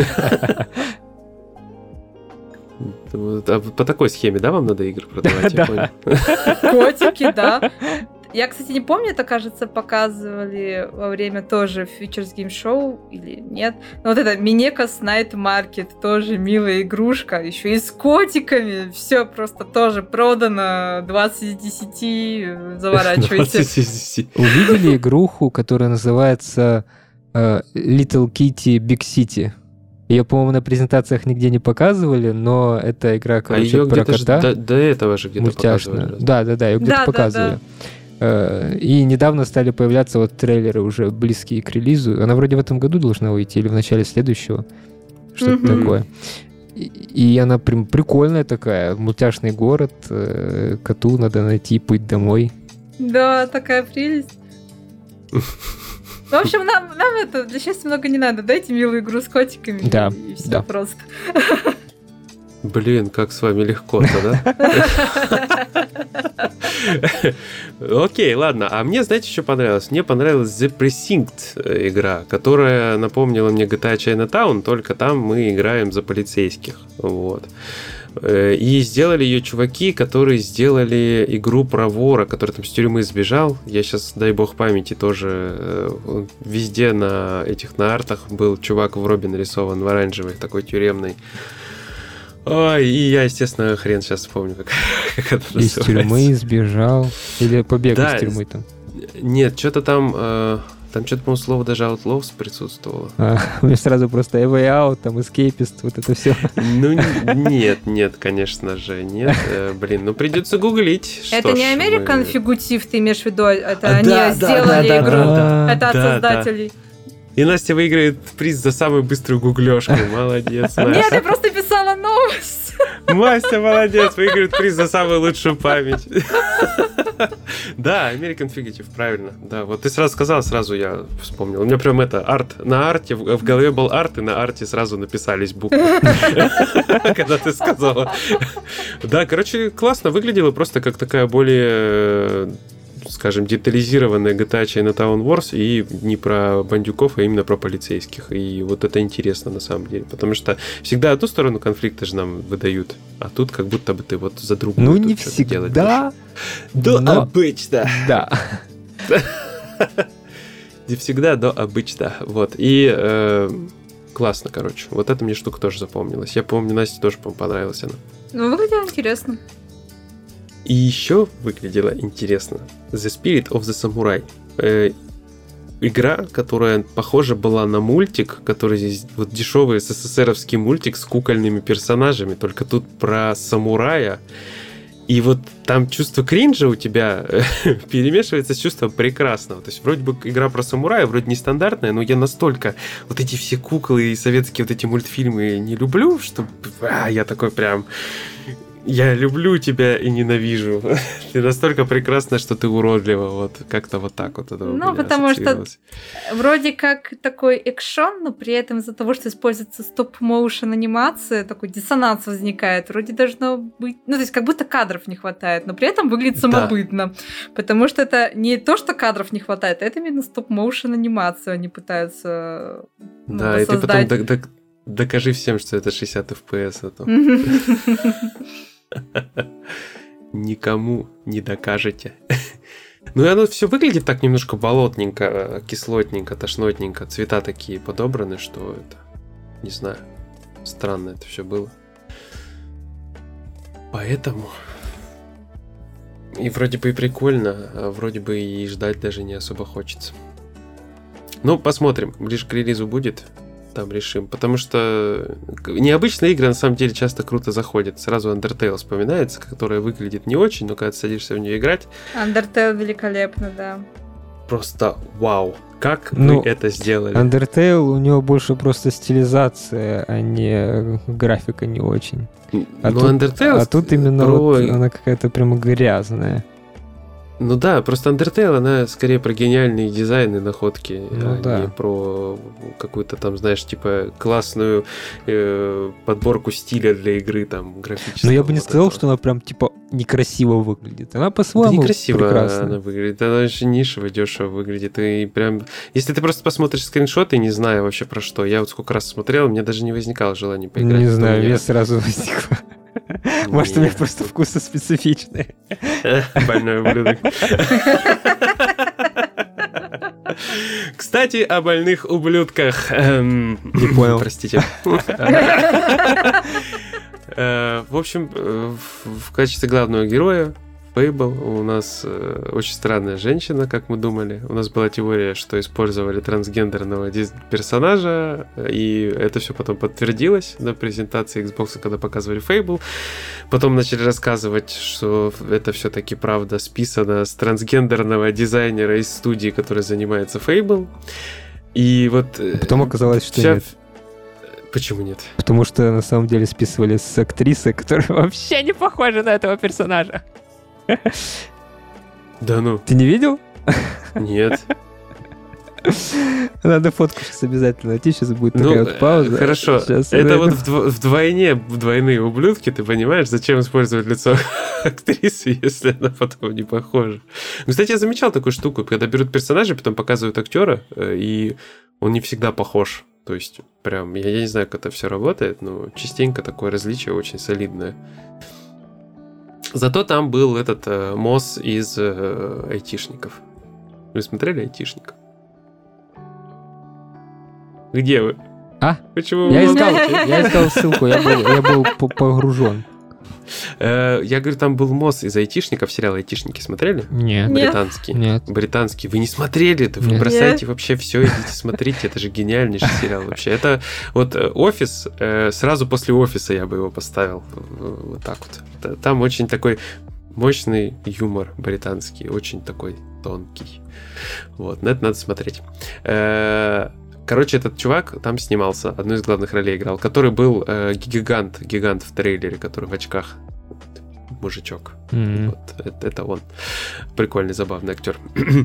По такой схеме, да, вам надо игры продавать? Я понял. Котики, да. Я, кстати, не помню, это, кажется, показывали во время тоже Futures Game Show или нет. Но вот это Minecos Night Market, тоже милая игрушка, еще и с котиками. Все просто тоже продано. 20 из 10, заворачивайте. 20 из 10. Увидели игруху, которая называется Little Kitty Big City? Ее, по-моему, на презентациях нигде не показывали, но это игра, короче, про кота. До этого же где-то показывали. Да, ее где-то показывали. И недавно стали появляться вот трейлеры уже близкие к релизу. Она вроде в этом году должна выйти или в начале следующего. Что-то такое. И она прям прикольная такая. Мультяшный город. Коту надо найти путь домой. Да, такая прелесть. В общем, нам это для счастья много не надо. Дайте милую игру с котиками. Да, и все просто. Блин, как с вами легко-то, да? Окей, ладно. А мне, знаете, что понравилось? Мне понравилась The Precinct игра, которая напомнила мне GTA Chinatown, только там мы играем за полицейских. Вот. И сделали ее чуваки, которые сделали игру про вора, который там с тюрьмы сбежал. Я сейчас, дай бог памяти, тоже везде на артах был чувак в робе нарисован, в оранжевой, такой тюремной. Ой, и я, естественно, хрен сейчас вспомню, как это называется. Из тюрьмы сбежал? Или побег из тюрьмы там? Нет, что-то там... Там что-то, по-моему, слово даже Outlaws присутствовало. У меня сразу просто A Way Out, там Escapist, вот это все. Ну, нет, конечно же, нет. Блин, придется гуглить. Это не American Fugitive, ты имеешь в виду? Это они сделали игру. Это от создателей. И Настя выиграет приз за самую быструю гуглёшку. Молодец, Настя. Нет, я просто писала новость. Настя, молодец, выиграет приз за самую лучшую память. Да, American Fugitive, правильно. Да, вот ты сразу сказал, сразу я вспомнил. У меня прям арт. На арте, в голове был арт, и на арте сразу написались буквы. Когда ты сказала. Да, короче, классно выглядело, просто как такая более... скажем, детализированная GTA Chinatown Wars, и не про бандюков, а именно про полицейских. И вот это интересно на самом деле, потому что всегда одну сторону конфликта же нам выдают, а тут как будто бы ты вот за другую. Ну, не всегда. Да, обычно. Да. Не всегда, но обычно. Вот. И классно, короче. Вот эта мне штука тоже запомнилась. Я помню, Насте тоже, по-моему, понравилась она. Ну, выглядела интересно. И еще выглядело интересно The Spirit of the Samurai. Игра, которая, похоже, была на мультик, который здесь вот дешевый СССРовский мультик с кукольными персонажами, только тут про самурая. И вот там чувство кринжа у тебя перемешивается с чувством прекрасного. То есть вроде бы игра про самурая, вроде нестандартная, но я настолько вот эти все куклы и советские вот эти мультфильмы не люблю, что я такой прям... Я люблю тебя и ненавижу. Ты настолько прекрасна, что ты уродлива. Вот как-то вот так вот. Ну, потому что вроде как такой экшон, но при этом из-за того, что используется стоп-моушен анимация, такой диссонанс возникает. Вроде должно быть... Ну, то есть как будто кадров не хватает, но при этом выглядит самобытно. Да. Потому что это не то, что кадров не хватает, а это именно стоп-моушен анимацию они пытаются да, и ты потом докажи всем, что это 60 FPS. Никому не докажете. Ну и оно все выглядит так немножко болотненько, кислотненько, тошнотненько. Цвета такие подобраны, что это... Не знаю. Странно это все было. Поэтому... И вроде бы и прикольно, а вроде бы и ждать даже не особо хочется. Ну, посмотрим. Ближе к релизу будет... Там решим. Потому что необычные игры на самом деле часто круто заходят. Сразу Undertale вспоминается, которая выглядит не очень, но когда ты садишься в нее играть... Undertale великолепно, да. Просто вау. Как вы это сделали? Undertale у него больше просто стилизация, а не графика не очень. А тут именно вот она какая-то прямо грязная. Ну да, просто Undertale, она скорее про гениальные дизайны, находки, не про какую-то там, знаешь, типа классную подборку стиля для игры, там, графического. Но я бы не сказал, что она прям, типа, некрасиво выглядит. Она по-своему некрасиво прекрасна. Она выглядит, она очень нишево, дешево выглядит. И прям, если ты просто посмотришь скриншоты, не знаю вообще про что. Я вот сколько раз смотрел, мне даже не возникало желания поиграть. Не знаю, мне сразу возникло. Может, у меня просто вкусы специфичные. Больной ублюдок. Кстати, о больных ублюдках. Не понял. Простите. В общем, в качестве главного героя Fable у нас очень странная женщина, как мы думали. У нас была теория, что использовали трансгендерного персонажа, и это все потом подтвердилось на презентации Xbox, когда показывали Fable. Потом начали рассказывать, что это все-таки правда списано с трансгендерного дизайнера из студии, которая занимается Fable. И вот... Потом оказалось, что нет. Почему нет? Потому что на самом деле списывали с актрисы, которая вообще не похожа на этого персонажа. Да ну. Ты не видел? Нет. Надо фотку сейчас обязательно найти, сейчас будет такая вот пауза. Хорошо, сейчас это вот двойные ублюдки, ты понимаешь, зачем использовать лицо актрисы, если она потом не похожа. Кстати, я замечал такую штуку, когда берут персонажа, потом показывают актера, и он не всегда похож. То есть, прям, я не знаю, как это все работает, но частенько такое различие очень солидное. Зато там был этот Мосс из айтишников. Вы смотрели айтишников? Где вы? Почему я искал ссылку, я был погружен. Я говорю, там был Мосс из айтишников, сериал «Айтишники» смотрели? Нет. Британский. Нет. Британский. Вы не смотрели? Вы бросаете вообще все, идите смотрите. Это же гениальнейший сериал вообще. Это вот «Офис», сразу после «Офиса» я бы его поставил. Вот так вот. Там очень такой мощный юмор британский, очень такой тонкий. Вот, на это надо смотреть. Короче, этот чувак там снимался, одну из главных ролей играл, который был гигант в трейлере, который в очках. Мужичок. Mm-hmm. Вот, это он. Прикольный, забавный актер.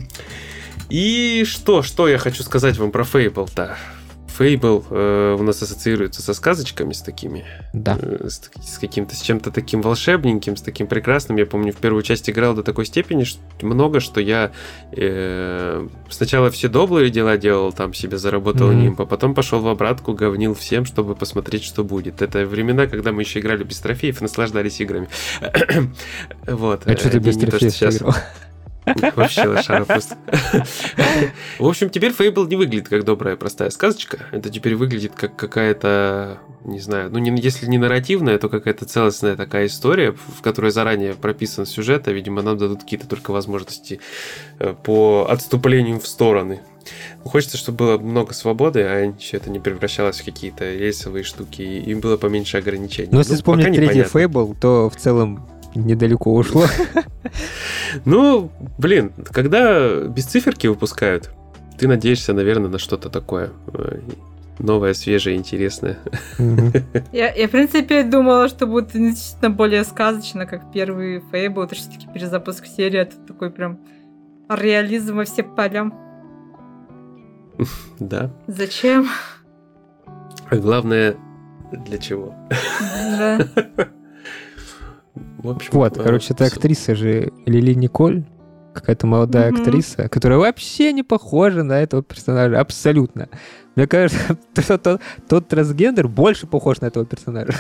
И что я хочу сказать вам про Fable-то? Fable у нас ассоциируется со сказочками, с такими. Да. С каким-то, с чем-то таким волшебненьким, с таким прекрасным. Я помню, в первую часть играл до такой степени что я сначала все добрые дела делал, там себе заработал нимб, а потом пошел в обратку, говнил всем, чтобы посмотреть, что будет. Это времена, когда мы еще играли без трофеев и наслаждались играми. Вот. А что ты без трофеев играл? Вообще лошара просто. В общем, теперь Fable не выглядит как добрая простая сказочка. Это теперь выглядит как какая-то, не знаю, если не нарративная, то какая-то целостная такая история, в которой заранее прописан сюжет, а, видимо, нам дадут какие-то только возможности по отступлению в стороны. Хочется, чтобы было много свободы, а все это не превращалось в какие-то рельсовые штуки, и было поменьше ограничений. Но если вспомнить третий Fable, то в целом недалеко ушло. Ну, блин, когда без циферки выпускают, ты надеешься, наверное, на что-то такое новое, свежее, интересное. Я, в принципе, думала, что будет значительно более сказочно, как первый Fable. Это все-таки перезапуск серии, это такой прям реализм во все полям. Да. Зачем? А главное, для чего? Да. В общем, вот, короче, эта актриса же Лили Николь, какая-то молодая актриса, которая вообще не похожа на этого персонажа, абсолютно. Мне кажется, тот трансгендер больше похож на этого персонажа.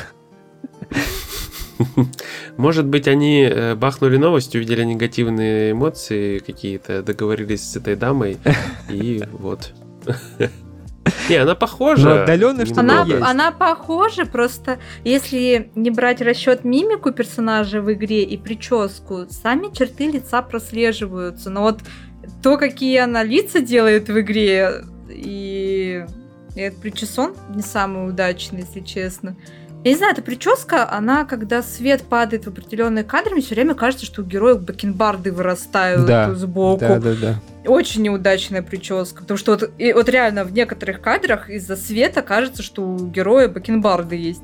Может быть, они бахнули новость, увидели негативные эмоции какие-то, договорились с этой дамой, и вот. Не, она похожа. Но отдаленно что-то есть. Она похожа, просто если не брать в расчет мимику персонажа в игре и прическу, сами черты лица прослеживаются. Но вот то, какие она лица делает в игре, и этот причесон не самый удачный, если честно. Я не знаю, эта прическа, она, когда свет падает в определенные кадры, мне все время кажется, что у героев бакенбарды вырастают сбоку. Да. Очень неудачная прическа, потому что вот реально в некоторых кадрах из-за света кажется, что у героя бакенбарды есть.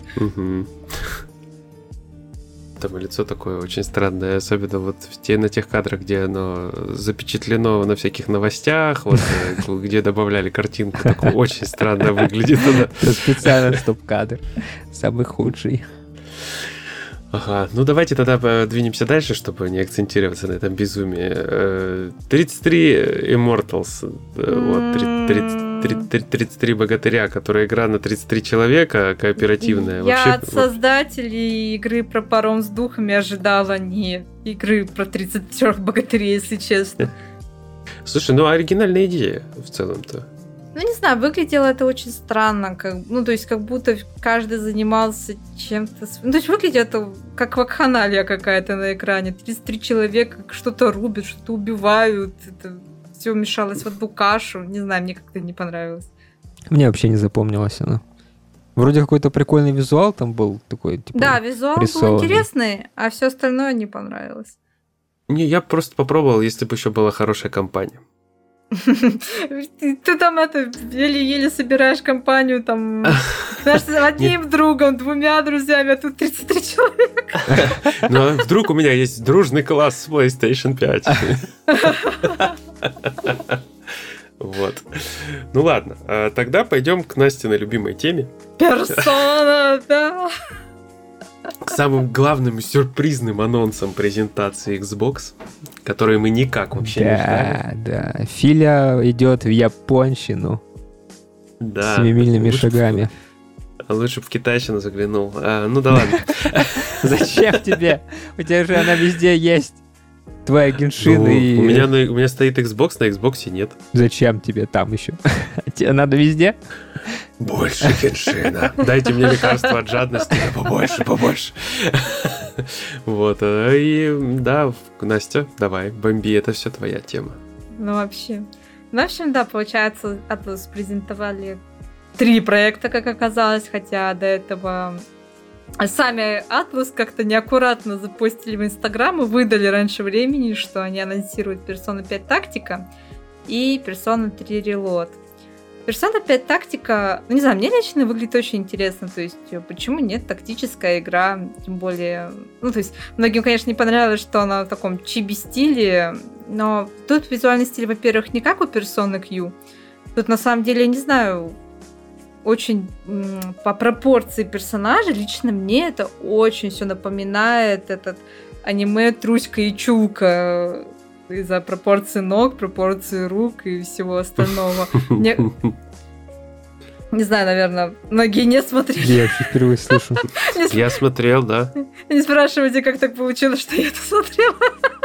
Там лицо такое очень странное, особенно вот на тех кадрах, где оно запечатлено на всяких новостях, вот где добавляли картинку, такое очень странно выглядит. Это специально стоп-кадр, самый худший. Ага, ну давайте тогда двинемся дальше, чтобы не акцентироваться на этом безумии. 33 Immortals, вот, 33 богатыря, которая игра на 33 человека, кооперативная. Я от создателей игры про паром с духами ожидала не игры про 33 богатырей, если честно. Слушай, ну оригинальная идея в целом-то. Ну, не знаю, выглядело это очень странно. То есть, как будто каждый занимался чем-то... Ну, то есть, выглядит это как вакханалия какая-то на экране. 33 человека что-то рубят, что-то убивают. Это все мешалось в одну кашу. Не знаю, мне как-то не понравилось. Мне вообще не запомнилась она. Вроде какой-то прикольный визуал там был такой, типа, да, визуал рисованный. был интересный, а все остальное не понравилось. Не, я просто попробовал, если бы еще была хорошая компания. Ты там еле-еле собираешь компанию там одним другом, двумя друзьями, а тут 33 человека. Ну, а вдруг у меня есть дружный класс с PlayStation 5. Вот. Ну ладно, тогда пойдем к Настиной любимой теме. Персона, да. К самым главным сюрпризным анонсам презентации Xbox, которые мы никак вообще не ждали. Да. Филя идет в японщину. Да. Семимильными шагами. Лучше бы в китайщину заглянул. Ну да ладно. Зачем тебе? У тебя же она везде есть. Твоя Геншин и... У меня стоит Xbox, на Xbox нет. Зачем тебе там еще? Тебе надо везде? Больше Геншина. Дайте мне лекарство от жадности, побольше. Вот. И да, Настя, давай, бомби, это все твоя тема. Ну вообще. Ну, в общем, да, получается, Atlus презентовали 3 проекта, как оказалось, хотя до этого... Сами Atlus как-то неаккуратно запустили в Инстаграм и выдали раньше времени, что они анонсируют Persona 5 Tactica и Persona 3 Reload. Persona 5 Tactica, ну не знаю, мне лично выглядит очень интересно, то есть почему нет, тактическая игра, тем более, ну то есть многим, конечно, не понравилось, что она в таком чиби-стиле, но тут визуальный стиль, во-первых, не как у Persona Q, тут на самом деле, я не знаю, очень по пропорции персонажа, лично мне это очень все напоминает этот аниме «Труська и Чулка» из-за пропорции ног, пропорции рук и всего остального. Не знаю, наверное, многие не смотрели. Я вообще впервые слышу. Я смотрел, да. Не спрашивайте, как так получилось, что я это смотрела.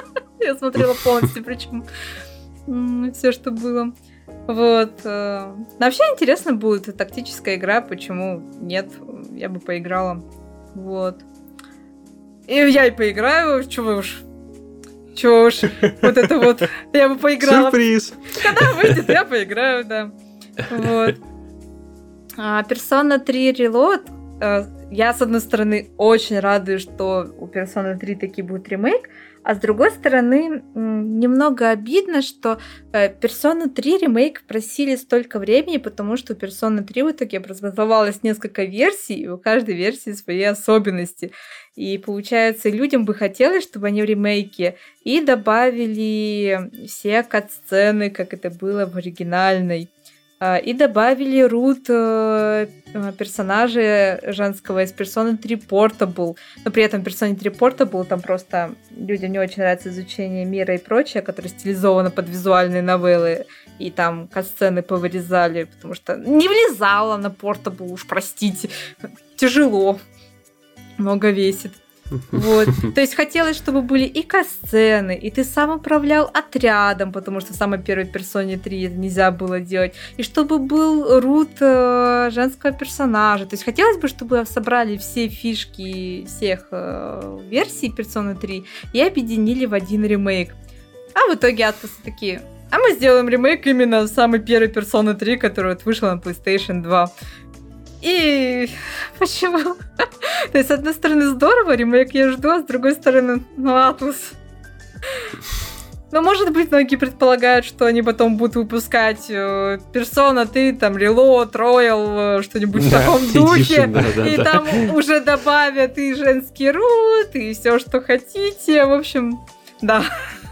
Я смотрела полностью, причем все, что было. Вот. Но вообще интересно будет тактическая игра, почему нет, я бы поиграла. Вот. И я и поиграю, чего уж, вот это вот, я бы поиграла. Сюрприз! Когда выйдет, я поиграю, да. Вот. Persona 3 Reload, я, с одной стороны, очень рада, что у Persona 3 таки будет ремейк, а с другой стороны, немного обидно, что Persona 3 ремейк просили столько времени, потому что у Persona 3 в итоге образовалось несколько версий, и у каждой версии свои особенности. И получается, людям бы хотелось, чтобы они в ремейке и добавили все кат-сцены, как это было в оригинальной, и добавили рут персонажа женского из Persona 3 Portable. Но при этом Persona 3 Portable там просто людям не очень нравится изучение мира и прочее, которое стилизовано под визуальные новеллы. И там кат-сцены повырезали, потому что не влезала на Portable, уж простите. Тяжело. Много весит. Вот. То есть хотелось, чтобы были и кат-сцены, и ты сам управлял отрядом, потому что в самой первой персоне 3 это нельзя было делать, и чтобы был рут женского персонажа. То есть хотелось бы, чтобы собрали все фишки всех версий персоны 3 и объединили в один ремейк. А в итоге Атласы такие: а мы сделаем ремейк именно самой первой персоны 3, которая вот вышла на PlayStation 2. И почему? То есть, с одной стороны, здорово, ремейк я жду, а с другой стороны, Атлас. Но, может быть, многие предполагают, что они потом будут выпускать Persona 3, там, Reload, Royal, что-нибудь в таком духе. И там уже добавят и женский рут, и все, что хотите. В общем, да.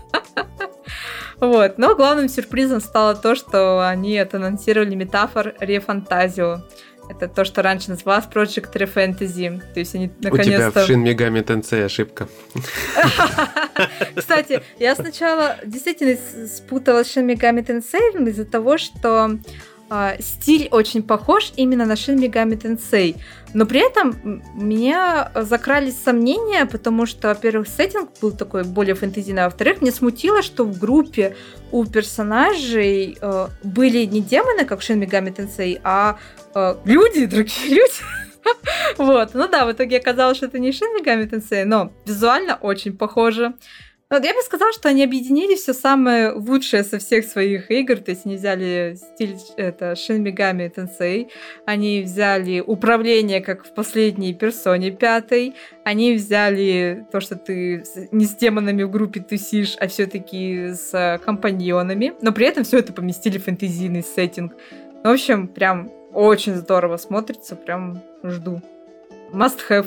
Вот. Но главным сюрпризом стало то, что они анонсировали метафор Рефантазио. Это то, что раньше называлось Project Refantasy. То есть они наконец-то... У тебя в Shin Megami Tensei ошибка. Кстати, я сначала действительно спутала Shin Megami Tensei из-за того, что стиль очень похож именно на Shin Megami Tensei. Но при этом у меня закрались сомнения, потому что, во-первых, сеттинг был такой более фэнтезийный, а во-вторых, мне смутило, что в группе у персонажей были не демоны, как в Shin Megami Tensei, а люди, другие люди. Вот. Ну да, в итоге оказалось, что это не Shin Megami Tensei, но визуально очень похоже. Вот я бы сказала, что они объединили все самое лучшее со всех своих игр. То есть они взяли стиль Shin Megami Tensei, они взяли управление, как в последней персоне 5, они взяли то, что ты не с демонами в группе тусишь, а все-таки с компаньонами, но при этом все это поместили в фэнтезийный сеттинг. В общем, прям очень здорово смотрится, прям жду. Must have.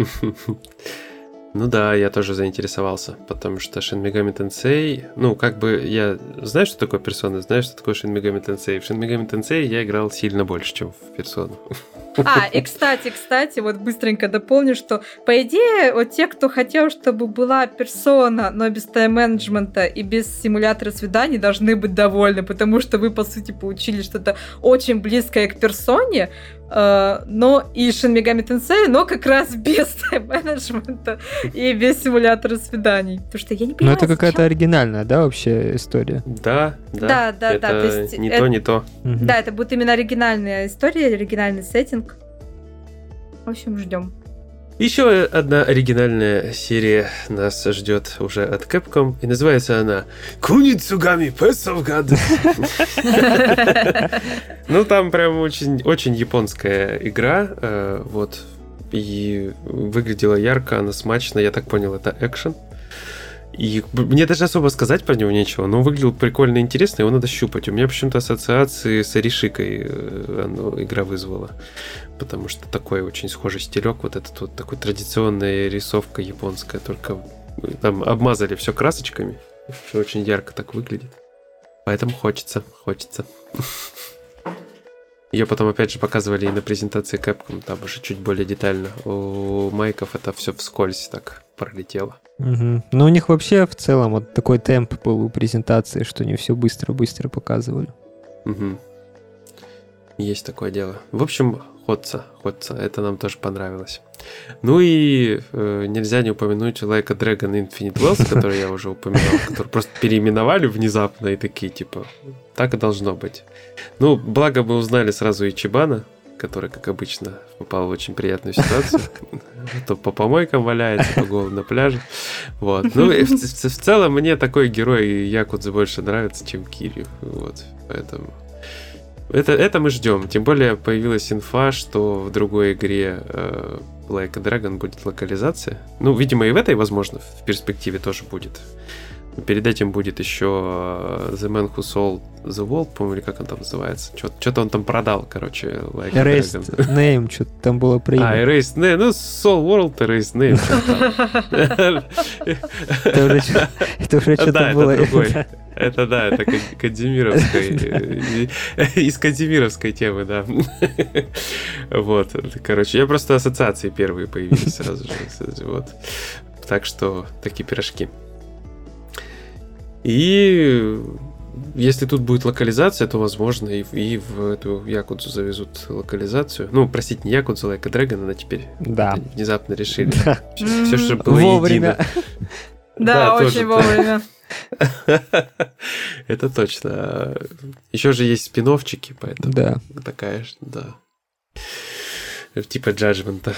Ну да, я тоже заинтересовался, потому что Shin Megami Tensei, ну, как бы я знаю, что такое Persona, знаю, что такое Shin Megami Tensei. В Shin Megami Tensei я играл сильно больше, чем в Persona. И кстати, вот быстренько дополню, что, по идее, вот те, кто хотел, чтобы была персона, но без тайм-менеджмента и без симулятора свиданий, должны быть довольны, потому что вы, по сути, получили что-то очень близкое к персоне, но и Shin Megami Tensei, но как раз без тайм-менеджмента и без симулятора свиданий. Потому что я не понимаю, это какая-то оригинальная, да, вообще история? Да. Это то есть не то. Да, это будет именно оригинальная история, оригинальный сеттинг. В общем, ждем. Еще одна оригинальная серия нас ждет уже от Capcom, и называется она Kunitsugami Path of God. Ну, там прям очень, очень японская игра, вот, и выглядела ярко, она смачно, я так понял, это экшен. И мне даже особо сказать про него нечего, но он выглядел прикольно интересно, его надо щупать. У меня почему-то ассоциации с Аришикой игра вызвала, потому что такой очень схожий стилек, вот этот вот такой традиционная рисовка японская, только там обмазали все красочками, что очень ярко так выглядит. Поэтому хочется. Ее потом опять же показывали и на презентации Capcom, там уже чуть более детально. У майков это все вскользь так пролетело. Угу. Но у них вообще в целом вот такой темп был у презентации, что они все быстро-быстро показывали. Угу. Есть такое дело. В общем, Ходца, это нам тоже понравилось. Ну и нельзя не упомянуть Like a Dragon Infinite Wells, который я уже упоминал, который просто переименовали внезапно и такие, типа, так и должно быть. Ну, благо мы узнали сразу Ичибана, который, как обычно, попал в очень приятную ситуацию. То по помойкам валяется, то голым на пляже. Вот. Ну, и в целом мне такой герой Якудзы больше нравится, чем Кирью. Вот. Поэтому... Это мы ждем. Тем более появилась инфа, что в другой игре Like a Dragon будет локализация. Ну, видимо, и в этой, возможно, в перспективе тоже будет. Перед этим будет еще The Man Who Sold the World, по-моему, или как он там называется. Что-то он там продал, короче, Like a Erased Dragon. Name, что-то там было про имя. Erased Name, ну, Soul World, Erased Name. Это уже что-то было. Это да, это Кадзимировская, из Кадзимировской темы, да. Вот, короче, я просто ассоциации первые появились сразу же, вот. Так что такие пирожки. И если тут будет локализация, то, возможно, и в эту Якудзу завезут локализацию. Ну, простите, не Якудзу, Like a Dragon, она теперь внезапно решили. Все, что было вовремя. Да, очень вовремя. Это точно. Еще же есть спин-оффчики, поэтому такая же, да. Типа джаджмента.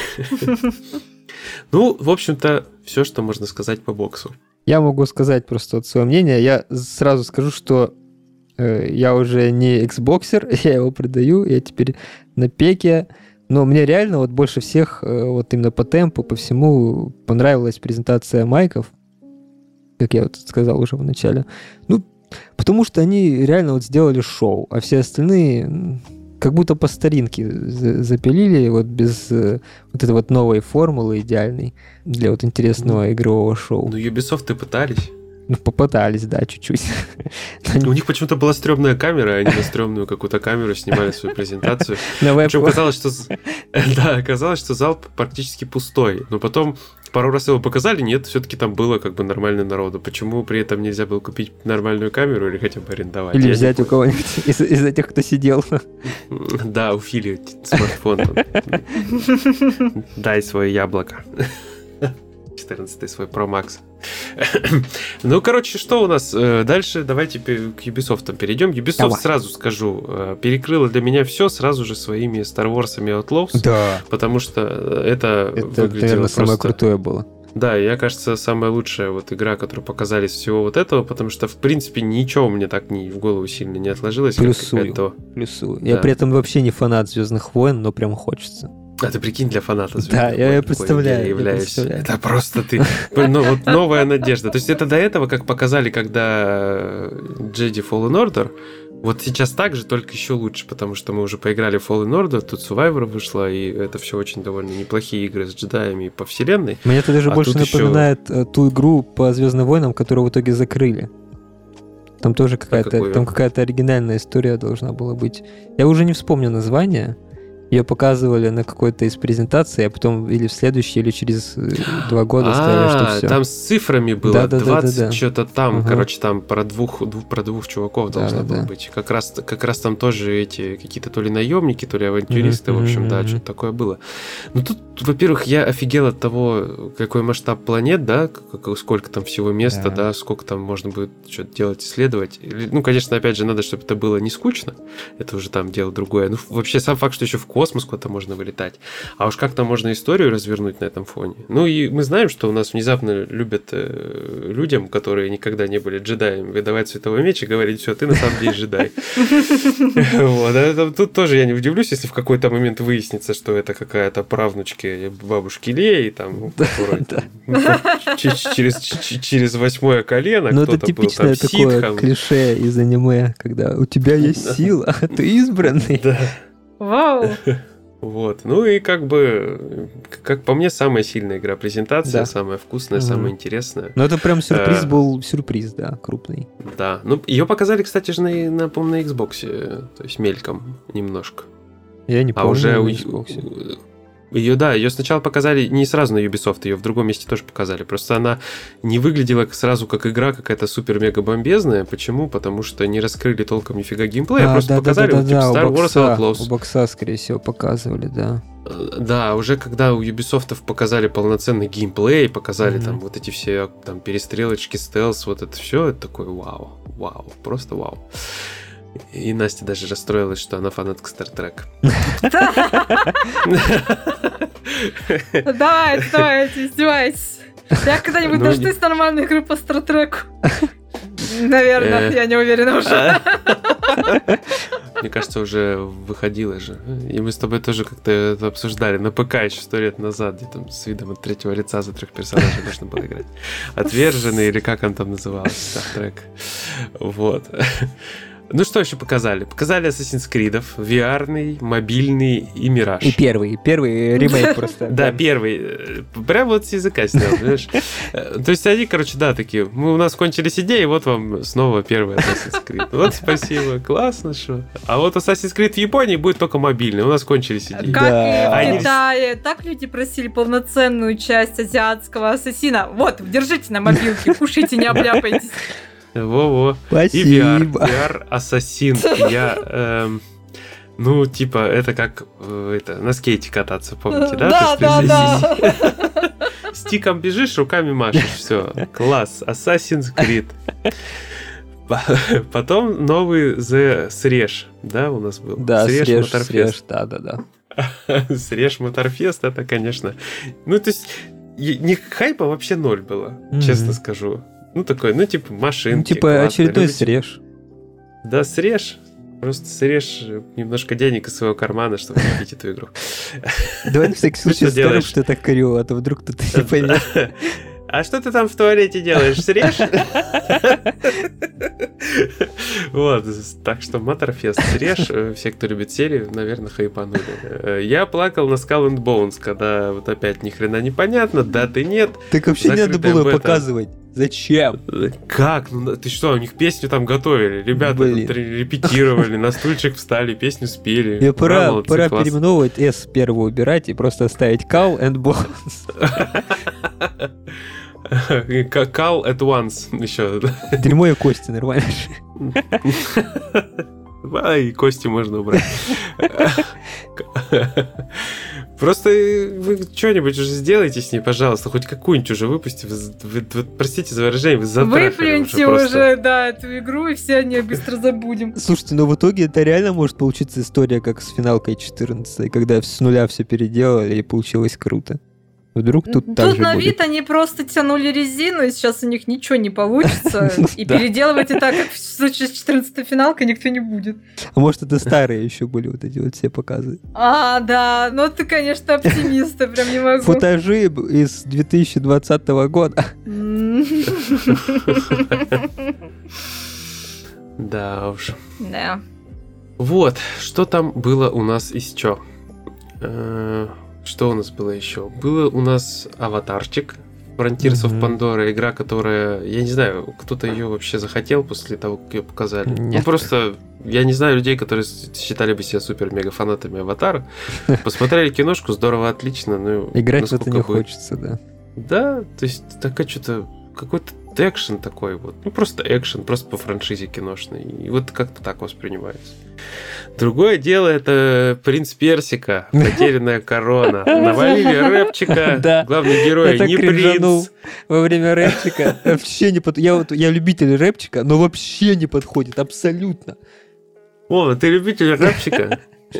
Ну, в общем-то, все, что можно сказать по боксу. Я могу сказать просто от своего мнения. Я сразу скажу, что я уже не Xboxer, я его продаю, я теперь на пеке. Но мне реально вот больше всех, вот именно по темпу, по всему, понравилась презентация майков, как я вот сказал уже в начале. Ну, потому что они реально вот сделали шоу, а все остальные как будто по старинке запилили, вот без вот этой вот новой формулы идеальной для вот интересного игрового шоу. Ну, Ubisoft и пытались. Ну, попытались, да, чуть-чуть. У них почему-то была стрёмная камера, они на стрёмную какую-то камеру снимали свою презентацию. Причем казалось, что зал практически пустой. Но потом пару раз его показали, нет, все-таки там было как бы нормально народу. Почему при этом нельзя было купить нормальную камеру или хотя бы арендовать? Или взять у кого-нибудь из этих, кто сидел. Да, у Фили смартфон. Дай свое яблоко. 14-й свой Pro Max. Ну, короче, что у нас дальше? Давайте к Ubisoft перейдем. Ubisoft, сразу скажу, перекрыла для меня все сразу же своими Star Wars'ами Outlaws. Да. Потому что это выглядело, наверное, самое крутое было. Да, я, кажется, самая лучшая вот игра, которую показали из всего вот этого, потому что, в принципе, ничего мне так в голову сильно не отложилось. Плюсую. Да. Я при этом вообще не фанат «Звездных войн», но прям хочется. А ты прикинь, для фаната «Звездных войн». Да, я представляю. Это просто ты... Ну, вот новая надежда. То есть это до этого, как показали, когда Jedi Fallen Order, вот сейчас так же, только еще лучше, потому что мы уже поиграли в Fallen Order, тут Survivor вышла, и это все очень довольно неплохие игры с джедаями по вселенной. Мне это даже больше напоминает ту игру по «Звездным войнам», которую в итоге закрыли. Там тоже какая-то оригинальная история должна была быть. Я уже не вспомню название. Ее показывали на какой-то из презентаций, а потом или в следующий, или через 2 года сказали, что все. Там с цифрами было 20 да. что-то там. Короче, там про двух чуваков должно было быть. Как раз там тоже эти какие-то то ли наемники, то ли авантюристы, в общем, да, что-то такое было. Ну тут, во-первых, я офигел от того, какой масштаб планет, да, сколько там всего места, да, сколько там можно будет что-то делать, исследовать. Ну, конечно, опять же, надо, чтобы это было не скучно. Это уже там дело другое. Ну, вообще, сам факт, что еще в космос куда-то можно вылетать. А уж как там можно историю развернуть на этом фоне? Ну и мы знаем, что у нас внезапно любят людям, которые никогда не были джедаями, выдавать световой меч и говорить: все, ты на самом деле джедай. Тут тоже я не удивлюсь, если в какой-то момент выяснится, что это какая-то правнучка бабушки Леи, там, через 8-е колено кто-то был там ситхом. Ну это типичное такое клише из аниме, когда у тебя есть сила, а ты избранный. Да. Вау! Вот. Ну и как бы, как по мне, самая сильная игра. Презентация, самая вкусная, самая интересная. Ну это прям сюрприз был, да, крупный. Да. Ну, ее показали, кстати же, по-моему, на Xbox, то есть мельком немножко. Я не помню. А уже Ее сначала показали не сразу на Ubisoft, ее в другом месте тоже показали. Просто она не выглядела сразу как игра какая-то супер-мега-бомбезная. Почему? Потому что не раскрыли толком нифига геймплея, просто показали вот, типа Star Wars Outlaws. У бокса, скорее всего, показывали, да. Да, уже когда у Ubisoft показали полноценный геймплей, показали там вот эти все там перестрелочки, стелс, вот это все, это такой вау, просто вау. И Настя даже расстроилась, что она фанатка Стартрека. Давайте, издевайтесь. Я когда-нибудь дождусь нормальной игры по Стартреку. Наверное, я не уверена уже. Мне кажется, уже выходила же. И мы с тобой тоже как-то это обсуждали на ПК еще 100 лет назад, где там с видом от третьего лица за 3 персонажей можно было играть. Отверженный, или как он там назывался, Стартрек. Вот. Ну, что еще показали? Показали Assassin's Creed, VR-ный, мобильный и Мираж. И первый ремейк просто. Да, первый. Прям вот с языка снял, понимаешь? То есть они, короче, да, такие, у нас кончились идеи, вот вам снова первый Assassin's Creed. Вот спасибо, классно, что. А вот Assassin's Creed в Японии будет только мобильный, у нас кончились идеи. Как и в Китае, так люди просили полноценную часть азиатского Ассасина. Вот, держите на мобилке, кушайте, не обляпайтесь. Во-во. Спасибо. И VR Ассасин. Я, ну, типа, это как на скейте кататься, помните, да? Да. Стиком бежишь, руками машешь, все. Класс. Assassin's Creed. Потом новый The Среш, да, у нас был? Да, Среш, да. Среш Моторфест, это, конечно... Ну, то есть, не хайпа вообще ноль было, честно скажу. Ну, такой, ну, типа, машинки. Ну, типа, классно, очередной Среш. Да, Среш. Просто срежь немножко денег из своего кармана, чтобы купить эту игру. Давай на всякий случай скажем, что это корю, а то вдруг кто-то не поймет. А что ты там в туалете делаешь? Срежь? Вот, так что Моторфест, Срежь. Все, кто любит серию, наверное, хайпанули. Я плакал на Skull and Bones, когда вот опять ни хрена не понятно, даты нет. Так вообще не надо было показывать. Зачем? Как? Ну, ты что, у них песню там готовили? Ребята репетировали, на стульчик встали, песню спели. И пора переименовывать S первого убирать и просто оставить Skull and Bones. Call at once еще. Дерьмо и кости, нормально. И кости можно убрать. Просто вы что-нибудь уже сделайте с ней, пожалуйста, хоть какую-нибудь уже выпусти. Вы, простите за выражение, вы затрахали. Выплюньте уже, да, эту игру, и все о ней быстро забудем. Слушайте, но в итоге это реально может получиться история, как с финалкой 14, когда с нуля все переделали, и получилось круто. Вдруг тут так же будет. Тут на вид они просто тянули резину, и сейчас у них ничего не получится. И переделывать и так, как в случае с 14-й финалкой, никто не будет. А может, это старые еще были вот эти вот все показы? А, да. Ну, ты, конечно, оптимист, я прям не могу. Футажи из 2020 года. Да уж. Да. Вот, что там было у нас еще? Что у нас было еще? Было у нас Аватарчик, Frontiers of Pandora, игра, которая, я не знаю, кто-то ее вообще захотел после того, как ее показали. Нет. Ну, просто, я не знаю людей, которые считали бы себя супер-мега-фанатами Аватара. Посмотрели киношку, здорово, отлично. Ну, играть в это не хочется, да. Да, то есть, такая что-то, какой-то экшен такой вот. Ну, просто экшен, просто по франшизе киношной. И вот как-то так воспринимается. Другое дело, это «Принц Персика», «Потерянная корона». Навалили рэпчика, главный герой не принц. Во время рэпчика вообще не подходит. Я любитель рэпчика, но вообще не подходит, абсолютно. О, ты любитель рэпчика?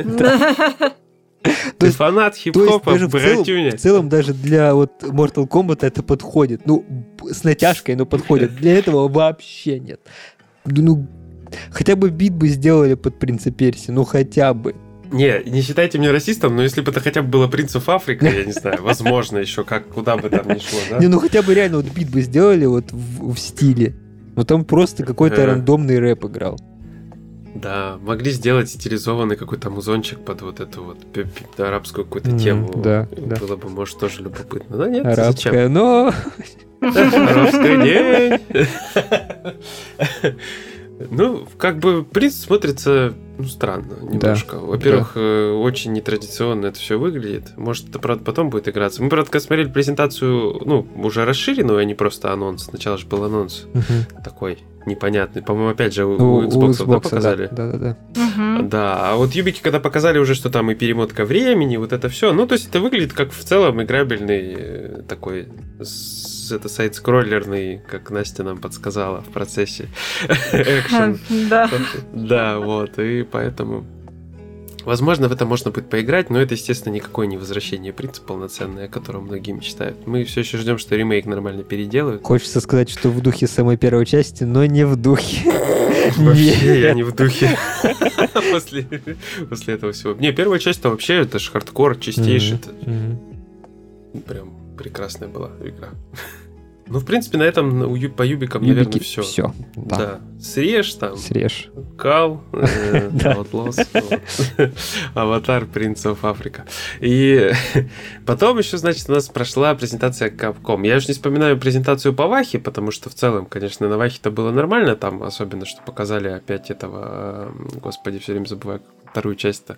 Ты фанат хип-хопа, братюня. В целом даже для вот Mortal Kombat это подходит. Ну, с натяжкой, но подходит. Для этого вообще нет. Ну, хотя бы бит бы сделали под «Принца Персии», ну хотя бы. Не считайте меня расистом, но если бы это хотя бы было «Принц of Africa», я не знаю, возможно еще, куда бы там ни шло, да? Не, ну хотя бы реально вот бит бы сделали вот в стиле. Но там просто какой-то рандомный рэп играл. Да, могли сделать стилизованный какой-то музончик под вот эту вот арабскую какую-то тему. Да. Было бы, может, тоже любопытно. Но нет, арабская, зачем? но... Арабская день. Ну, как бы принц смотрится, странно немножко. Да, во-первых, очень нетрадиционно это все выглядит. Может, это, правда, потом будет играться. Мы, правда, когда смотрели презентацию, уже расширенную, а не просто анонс. Сначала же был анонс такой непонятный. По-моему, опять же, у Xbox да, показали? Да. Да, а вот юбики, когда показали уже, что там и перемотка времени, вот это все. Ну, то есть это выглядит как в целом играбельный такой это сайт-скроллерный, как Настя нам подсказала в процессе, экшен. Да, вот, и поэтому... Возможно, в это можно будет поиграть, но это, естественно, никакое не возвращение принципа полноценное, о котором многие мечтают. Мы все еще ждем, что ремейк нормально переделают. Хочется сказать, что в духе самой первой части, но не в духе. Вообще я не в духе после этого всего. Не, первая часть-то вообще, это же хардкор чистейший. Прям прекрасная была игра. Ну, в принципе, на этом по юбикам, наверное, все. Все. Да. Срежь там. Срежь. Кал, Outlaws, Аватар, Prince of Africa. И потом еще, значит, у нас прошла презентация Capcom. Я уже не вспоминаю презентацию по Вахе, потому что в целом, конечно, на Вахе-то было нормально там, особенно, что показали опять этого... Господи, все время забываю вторую часть-то.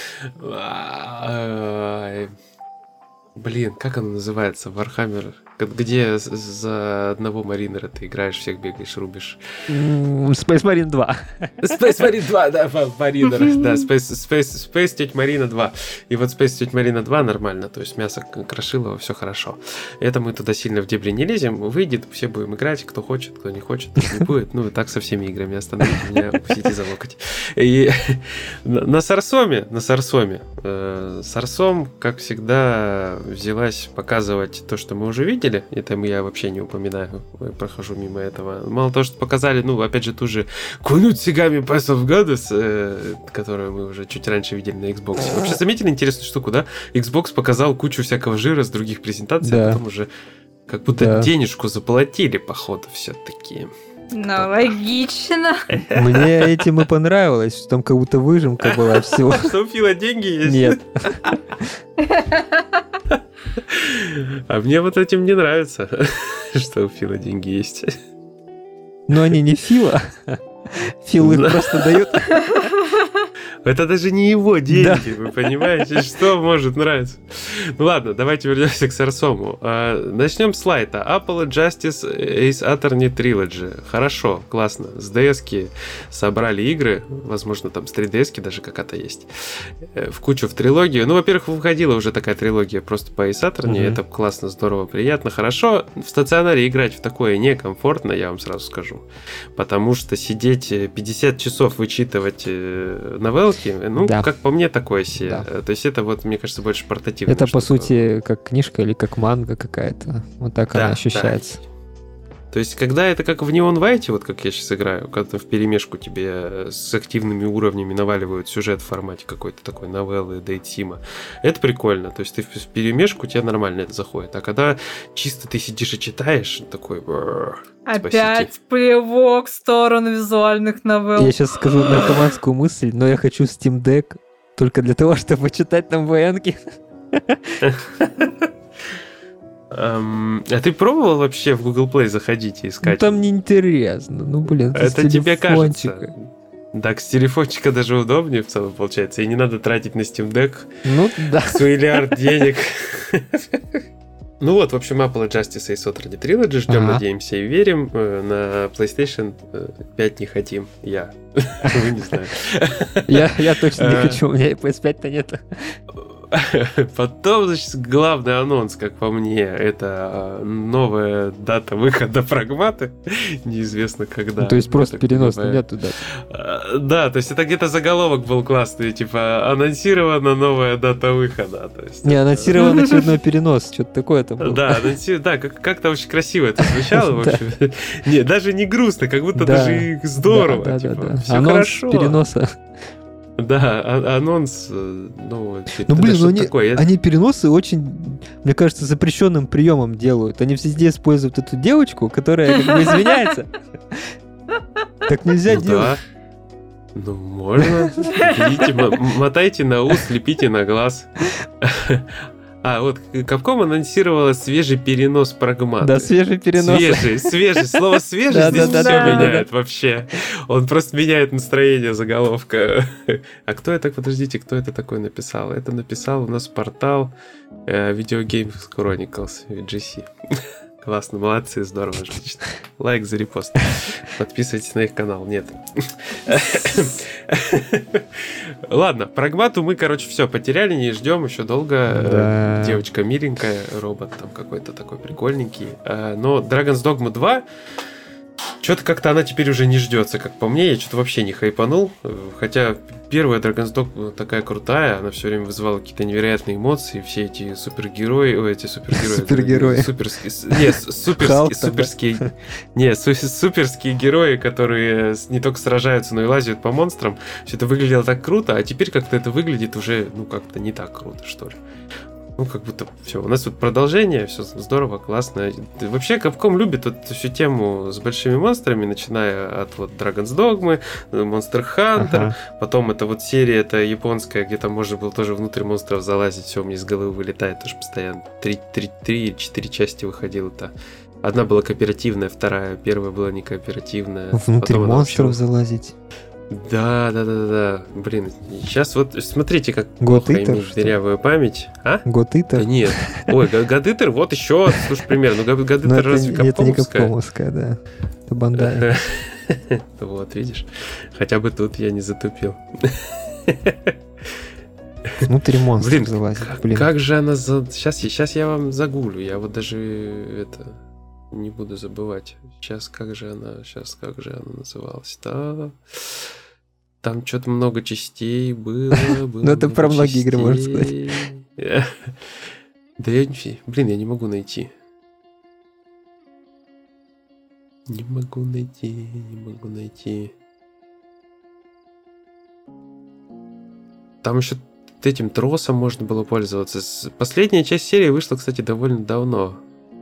Блин, как оно называется? Warhammer, где за одного маринера ты играешь, всех бегаешь, рубишь. Space Marine 2. Space Marine 2, да, маринер. Да, Space Тетя Марина 2. И вот Space Тетя Марина 2 нормально, то есть мясо крошилово, все хорошо. Это мы туда сильно в дебри не лезем. Выйдет, все будем играть, кто хочет, кто не хочет, не будет. Ну, так со всеми играми остановите меня, упустите за локоть. И на Сарсоме, Сарсом, как всегда, взялась показывать то, что мы уже видели. Это я вообще не упоминаю, прохожу мимо этого. Мало того, что показали, опять же, ту же Кунут Сигами Pass of Goddess, которую мы уже чуть раньше видели на Xbox. Вообще заметили интересную штуку, да? Xbox показал кучу всякого жира с других презентаций, а потом уже как будто денежку заплатили, походу, все-таки. Ну, логично. Мне этим и понравилось, что там как будто выжимка была всего. Что у Фила деньги есть? Нет. А мне вот этим не нравится, что у Фила деньги есть. Но они не Фила. Фил их просто дает. Это даже не его деньги, вы понимаете? Что может нравиться? Ну ладно, давайте вернемся к Сарсому. Начнем с лайта. Apollo Justice Ace Attorney Trilogy. Хорошо, классно. С DS-ки собрали игры, возможно, там с 3DS-ки даже какая-то есть. В кучу в трилогию. Ну, во-первых, выходила уже такая трилогия просто по Ace Attorney. Это классно, здорово, приятно, хорошо. В стационаре играть в такое некомфортно, я вам сразу скажу. Потому что сидеть 50 часов вычитывать новеллки, как по мне, такое себе. Да. То есть это вот, мне кажется, больше портативно. Это, по сути, как книжка или как манга какая-то. Вот так она ощущается. Да. То есть, когда это как в Neon White, вот как я сейчас играю, когда вперемешку тебе с активными уровнями наваливают сюжет в формате какой-то такой новеллы, дейтсима, это прикольно. То есть, ты вперемешку, тебе нормально это заходит. А когда чисто ты сидишь и читаешь, такой... Опять плевок в сторону визуальных новелл. Я сейчас скажу наркоманскую мысль, но я хочу Steam Deck только для того, чтобы читать там военки. А ты пробовал вообще в Google Play заходить и искать? Там неинтересно. Это тебе кажется. Так, с телефончика даже удобнее в целом получается. И не надо тратить на Steam Deck миллиард денег. Ну вот, в общем, Apollo Justice Ace Attorney Trilogy. Ждем, надеемся и верим. На PlayStation 5 не хотим. Вы не знаю. Я точно не хочу. У меня и PS5-то нет. Потом, значит, главный анонс, как по мне, это новая дата выхода Прагматы. Неизвестно когда. То есть просто перенос, нету даты. Да, то есть это где-то заголовок был классный, типа анонсирована новая дата выхода. Не, анонсирован очередной перенос, что-то такое там было. Да, как-то очень красиво это звучало, в общем. Не, даже не грустно, как будто даже здорово. Все хорошо. Переноса. Да, анонс, они переносы очень, мне кажется, запрещенным приемом делают. Они везде используют эту девочку, которая как бы извиняется. Так нельзя делать. Ну, можно. Мотайте на ус, лепите на глаз. Вот Capcom анонсировала свежий перенос Прагмата. Да, свежий перенос. Свежий. Слово «свежий» здесь все меняет вообще. Он просто меняет настроение заголовка. А кто это, подождите, кто это такой написал? Это написал у нас портал Video Games Chronicles, VGC. Классно, молодцы, здорово, отлично. Лайк за репост. Подписывайтесь на их канал. Нет. Ладно, Прагмату мы, все, потеряли, не ждем еще долго. Да. Девочка миленькая, робот там какой-то такой прикольненький. Но Dragon's Dogma 2... Что-то как-то она теперь уже не ждется, как по мне. Я что-то вообще не хайпанул. Хотя первая Dragon's Dogma такая крутая, она все время вызывала какие-то невероятные эмоции. Все эти супергерои... Суперские герои, которые не только сражаются, но и лазят по монстрам. Все это выглядело так круто, а теперь как-то это выглядит уже, как-то не так круто, что ли. Как будто все. У нас тут продолжение, все здорово, классно. Вообще, Capcom любит эту всю тему с большими монстрами, начиная от Dragon's Dogma, Monster Hunter, потом эта серия, это японская, где там можно было тоже внутрь монстров залазить, все у меня из головы вылетает тоже постоянно. 3 или 4 части выходило-то. Одна была кооперативная, первая была не кооперативная. Внутрь монстров залазить. Да. Блин, сейчас смотрите, как плохо имеет дырявую память. God-Eater? Да нет. Ой, God-Eater, вот еще, слушай, пример. God-Eater разве капкомовская? Это не капкомовская, да. Это Бандай. Вот, видишь? Хотя бы тут я не затупил. Внутрь монстров залазить. Блин, как же она... Сейчас я вам загуглю. Я даже не буду забывать. Сейчас как же она называлась? Там что-то много частей было. Ну, это про многие игры, можно сказать. Да я не могу найти. Не могу найти. Там еще этим тросом можно было пользоваться. Последняя часть серии вышла, кстати, довольно давно.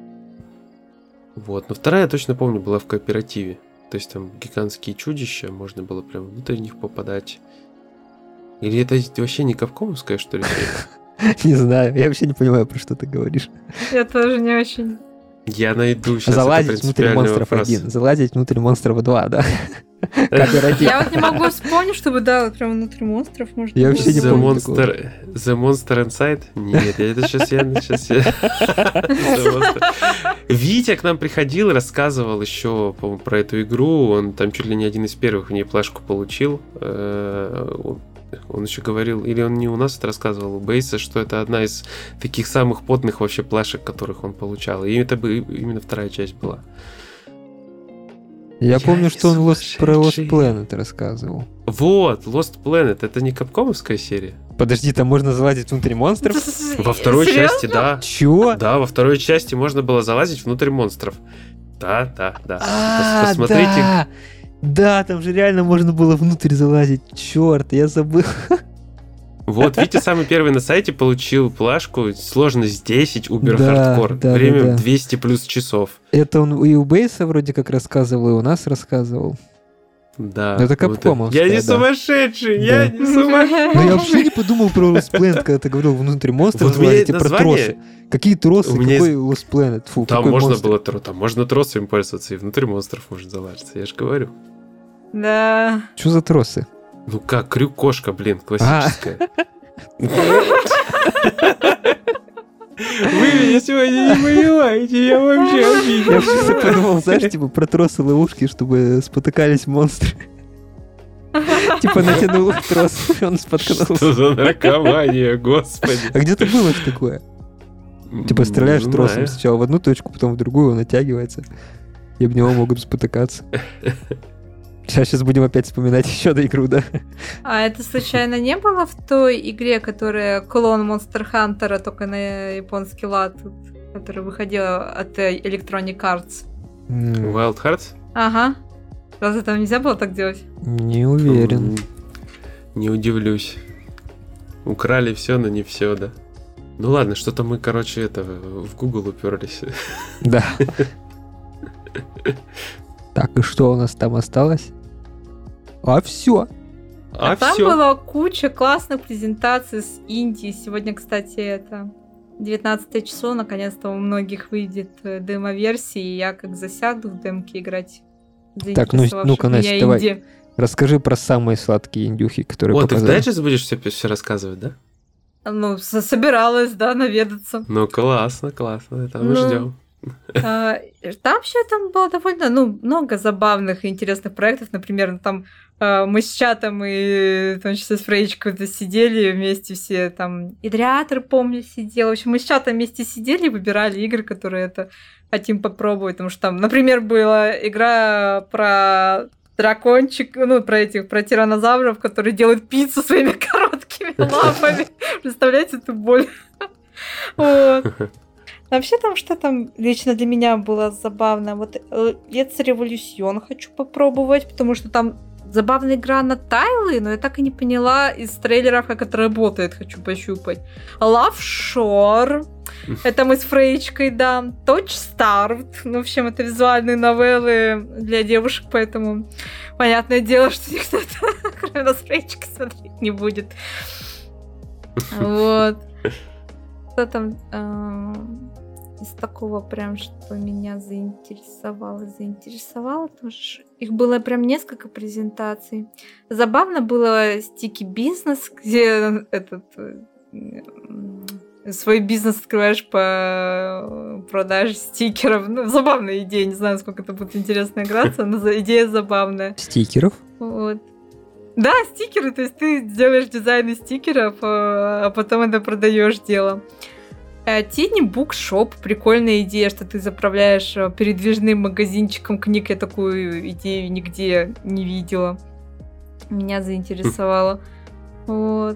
Но вторая, я точно помню, была в кооперативе. То есть там гигантские чудища, можно было прям внутрь них попадать. Или это вообще не капкомовская, что ли? Не знаю, я вообще не понимаю, про что ты говоришь. Я тоже не очень. Я найду сейчас. Залазить внутрь монстров 1, залазить внур монстров 2, да. Я не могу вспомнить, чтобы прям внутри монстров можно. Я вообще не помню. The Monster Inside? Нет, это сейчас я. Витя к нам приходил и рассказывал еще, по-моему, про эту игру. Он там чуть ли не один из первых в ней плашку получил. Он еще говорил, или он не у нас это рассказывал, у Бейса, что это одна из таких самых потных вообще плашек, которых он получал. И это бы именно вторая часть была. Я помню, что он про Lost Planet рассказывал. Вот, Lost Planet, это не капкомовская серия? Подожди, там можно залазить внутрь монстров? Во второй части, да. Чего? Да, во второй части можно было залазить внутрь монстров. Да. Посмотрите. Да, там же реально можно было внутрь залазить. Черт, я забыл. Вот, Витя самый первый на сайте получил плашку, сложность 10, убер-хардкор, время 200 плюс часов. Это он и у Бейса вроде как рассказывал, и у нас рассказывал. Да. Это капкомовская, Я не сумасшедший, я не сумасшедший. Но я вообще не подумал про Lost Planet, когда ты говорил внутрь монстров залазить и про тросы. Какие тросы, какой Lost Planet? Фу, там можно было, там можно тросами пользоваться, и внутрь монстров можно залазиться, я же говорю. Да. Что за тросы? Ну как, крюк-кошка, блин, классическая. Вы меня сегодня не понимаете, я вообще обидел. Я просто подумал, знаешь, типа про тросы-ловушки, чтобы спотыкались монстры. Типа натянул трос, он споткнулся. Что за наркомания, господи. А где-то было же такое? Типа стреляешь тросом сначала в одну точку, потом в другую, он натягивается. И об него могут спотыкаться. Сейчас будем опять вспоминать еще одну игру, да? А это случайно не было в той игре, которая клон Monster Hunter, только на японский лад, которая выходила от Electronic Arts? Wild Hearts? Ага. Разве там нельзя было так делать? Не уверен. Не удивлюсь. Украли все, но не все, да. Ну ладно, что-то мы, короче, в Google уперлись. Да. Так, и что у нас там осталось? Все. Там была куча классных презентаций с Индии. Сегодня, кстати, 19 число, наконец-то у многих выйдет демо-версии, и я как засяду в демки играть. Так, ну-ка, Настя, давай, расскажи про самые сладкие индюхи, которые показали. Ты в дайджест будешь все рассказывать, да? Ну, собиралась, да, наведаться. Ну, классно, это мы ждем. Там было довольно много забавных и интересных проектов. Например, там мы с чатом и в том числе с Фрейчкой сидели вместе все, там Идриатор, помню, сидел. В общем, мы с чатом вместе сидели и выбирали игры, которые хотим попробовать. Потому что там, например, была игра про дракончик, про тираннозавров, которые делают пиццу своими короткими лапами. Представляете эту боль? Вот. Вообще там что там лично для меня было забавно. Вот Let's Revolution хочу попробовать, потому что там забавная игра на тайлы, но я так и не поняла из трейлеров, как это работает. Хочу пощупать. Love Shore. Это мы с Фрейчкой, да. Touch Starved. В общем, это визуальные новеллы для девушек, поэтому понятное дело, что никто, кроме нас, Фрейчкой смотреть не будет. Вот. Что там из такого прям, что меня заинтересовало тоже. Их было прям несколько презентаций. Забавно было Sticky Business, где свой бизнес открываешь по продаже стикеров. Забавная идея, не знаю, насколько это будет интересно играться, но идея забавная. Стикеров? Вот. Да, стикеры, то есть ты делаешь дизайны стикеров, а потом это продаешь дело. Tiny Bookshop, прикольная идея, что ты заправляешь передвижным магазинчиком книг. Я такую идею нигде не видела. Меня заинтересовало. Вот.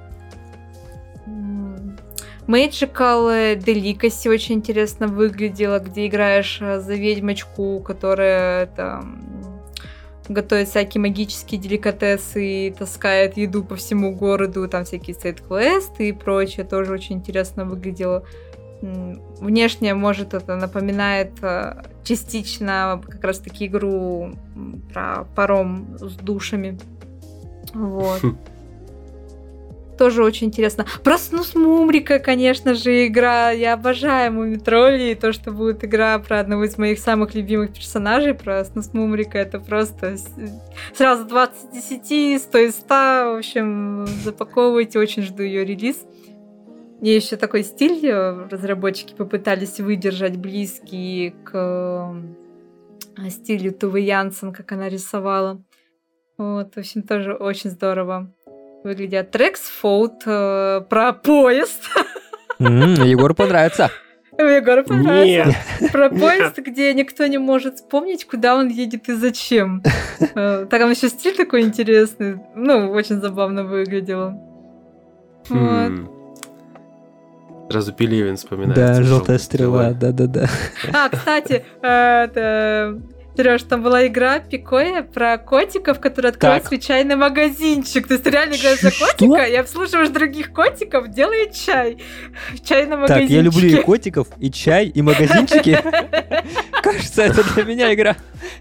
Magical Delicacy очень интересно выглядела, где играешь за ведьмочку, которая готовит всякие магические деликатесы и таскает еду по всему городу, там всякие сайд-квесты и прочее, тоже очень интересно выглядело. Внешне, может, это напоминает частично как раз-таки игру про паром с душами. Вот. Тоже очень интересно. Про Снус Мумрика, конечно же, игра. Я обожаю Мумитроли. И то, что будет игра про одного из моих самых любимых персонажей, про Снус Мумрика, это просто сразу 20 10, 100 из 100. В общем, запаковывайте. Очень жду ее релиз. И еще такой стиль разработчики попытались выдержать, близкий к стилю Тувы Янсен, как она рисовала. Вот, в общем, тоже очень здорово выглядят. Трекс Фоут про поезд. Егору понравится. Егору понравится. Про поезд, где никто не может вспомнить, куда он едет и зачем. Там еще стиль такой интересный. Очень забавно выглядело. Вот. Сразу Пелевин вспоминается. Да, «Желтая стрела», да. Кстати, Серёж, там была игра Пикоя про котиков, которые открывают свой чайный магазинчик. То есть ты реально играешь за котика и обслуживаешь других котиков, делая чай в чайном магазинчике. Так, я люблю и котиков, и чай, и магазинчики. Кажется, это для меня игра.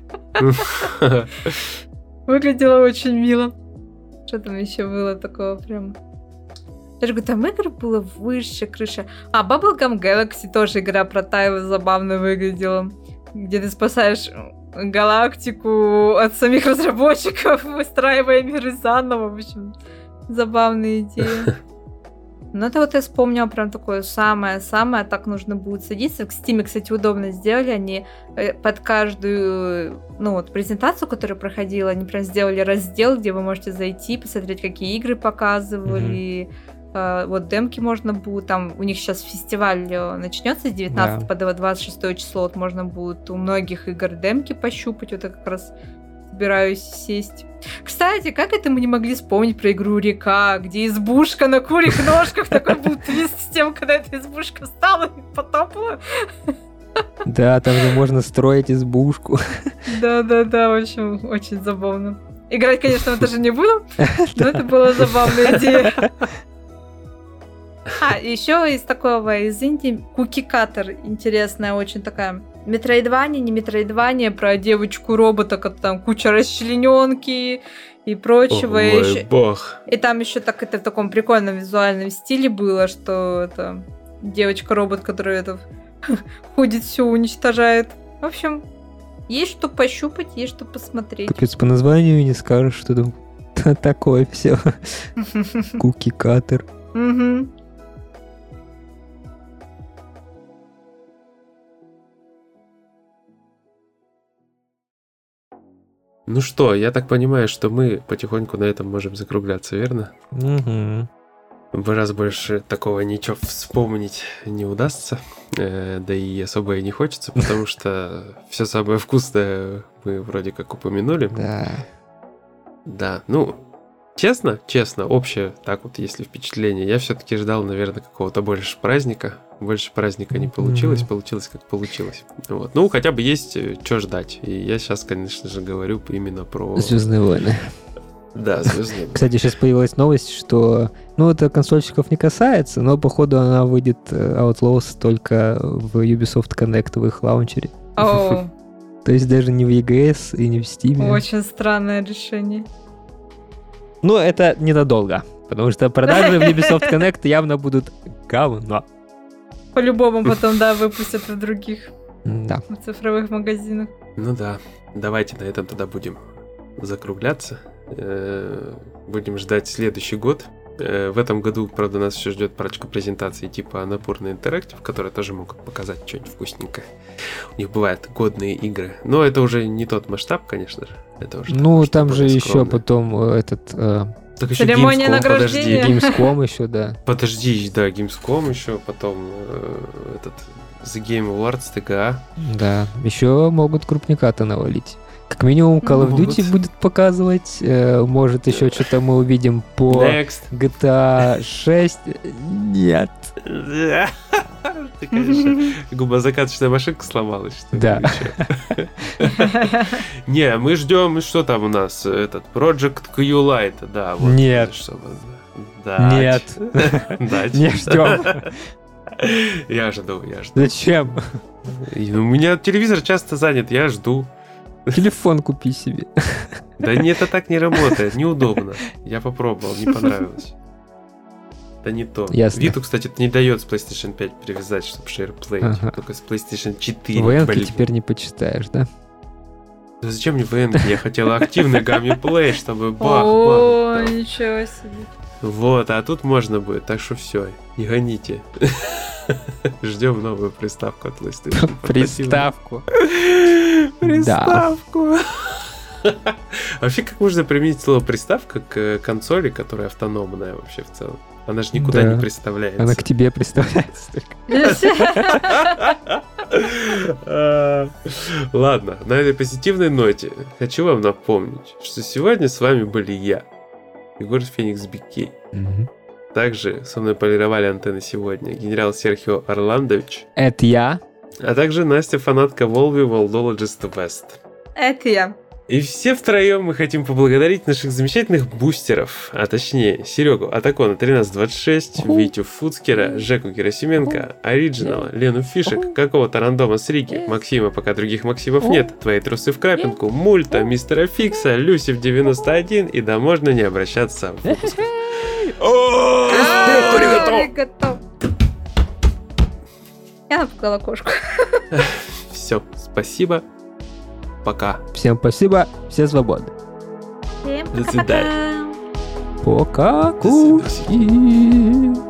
Выглядело очень мило. Что там еще было такого прям... Я же говорю, там игр было выше крыши. Bubblegum Galaxy тоже игра про тайлы забавно выглядела. Где ты спасаешь галактику от самих разработчиков, выстраивая миры заново. В общем, забавная идея. Это вот я вспомнила прям такое самое-самое. Так нужно будет садиться. В Steam, кстати, удобно сделали. Они под каждую презентацию, которая проходила, они прям сделали раздел, где вы можете зайти, посмотреть, какие игры показывали. Вот демки можно будет, там у них сейчас фестиваль начнется с 19 по 26 число, вот можно будет у многих игр демки пощупать, вот я как раз собираюсь сесть. Кстати, как это мы не могли вспомнить про игру «Река», где избушка на курьих ножках, такой был твист с тем, когда эта избушка встала и потопала. Да, там же можно строить избушку. Да, в общем, очень забавно. Играть, конечно, даже не буду, но это была забавная идея. Еще из такого, из инди, Cookie Cutter, интересная очень такая. Метроидвания, не метроидвания, про девочку-робота, как там куча расчлененки и прочего. О, мой бог. И там еще так это в таком прикольном визуальном стиле было, что это девочка-робот, которая ходит, все уничтожает. В общем, есть что пощупать, есть что посмотреть. Капец, по названию не скажешь, что там такое все. Куки-каттер. Ну что, я так понимаю, что мы потихоньку на этом можем закругляться, верно? Угу. Раз больше такого ничего вспомнить не удастся, да и особо и не хочется, потому что все самое вкусное мы вроде как упомянули. Да. Да, ну, честно, общее, так вот, если впечатление, я все-таки ждал, наверное, какого-то больше праздника. Больше праздника не получилось, получилось как получилось. Вот. Ну, хотя бы есть что ждать. И я сейчас, конечно же, говорю именно про... Звездные войны. Да, Звездные войны. Кстати, сейчас появилась новость, что... Ну, это консольщиков не касается, но, походу, она выйдет Outlaws только в Ubisoft Connect в их лаунчере. О, То есть даже не в EGS и не в Steam. очень странное решение. Ну, это ненадолго, потому что продажи в Ubisoft Connect явно будут говно. По-любому потом, да, выпустят в других Да. в цифровых магазинах. Ну да, давайте на этом тогда будем закругляться. Будем ждать следующий год. В этом году, правда, нас еще ждет парочка презентаций типа Annapurna Interactive, которые тоже могут показать что-нибудь вкусненькое. У них бывают годные игры. Но это уже не тот масштаб, конечно же. Это уже Ну, там же еще потом этот... Так еще Церемония Gamescom, награждения. подожди. Gamescom еще, да. Подожди, да, Gamescom еще, потом этот The Game Awards, TGA. Да, еще могут крупника-то навалить. Как минимум Call of Duty Могут. будет показывать, может еще что-то мы увидим по Next. GTA 6. Нет. Ты, конечно, губозакаточная машинка сломалась, что ли? Да. Или чё? Не, мы ждем, что там у нас, этот Project Q-Lite, да. Вот, Нет. чтобы- да. Нет. Да, Не ждем. Я жду. Зачем? И у меня телевизор часто занят, я жду. Телефон купи себе. Да нет, это так не работает, неудобно. Я попробовал, не понравилось. Это не то. Ясно. Виту, кстати, это не дает с PlayStation 5 привязать, чтобы SharePlay. Ага. Только с PlayStation 4. Военки блин. теперь не почитаешь, да? Да зачем мне военки? Я хотел активный гаммиплей, чтобы О, бах-бах. ничего себе. Вот, а тут можно будет, так что все, не гоните. Ждем новую приставку от PlayStation. Приставку. Приставку. Вообще, как можно применить слово приставка к консоли, которая автономная вообще в целом? Она же никуда Да. не представляется. Она к тебе представляется только. Ладно, на этой позитивной ноте хочу вам напомнить, что сегодня с вами были я, Егор Феникс Бикей. Также со мной полировали антенны сегодня генерал Серхио Орландович, Это я. а также Настя, фанатка Volvi Worldologist West. Это я. И все втроем мы хотим поблагодарить наших замечательных бустеров, а точнее Серегу Атакона 1326, Витю Фуцкера, Жеку Герасименко, Ориджинала, Лену Фишек, какого-то рандома с Риги, Максима, пока других Максимов нет, Твои трусы в крапинку, Мульта, Мистера Фикса, Люсев 91 и да можно не обращаться в выпуск. Готов. Я напугала кошку. Все, спасибо, пока. Всем спасибо, все свободны. Всем До свидания. пока. Пока, До свидания. куки.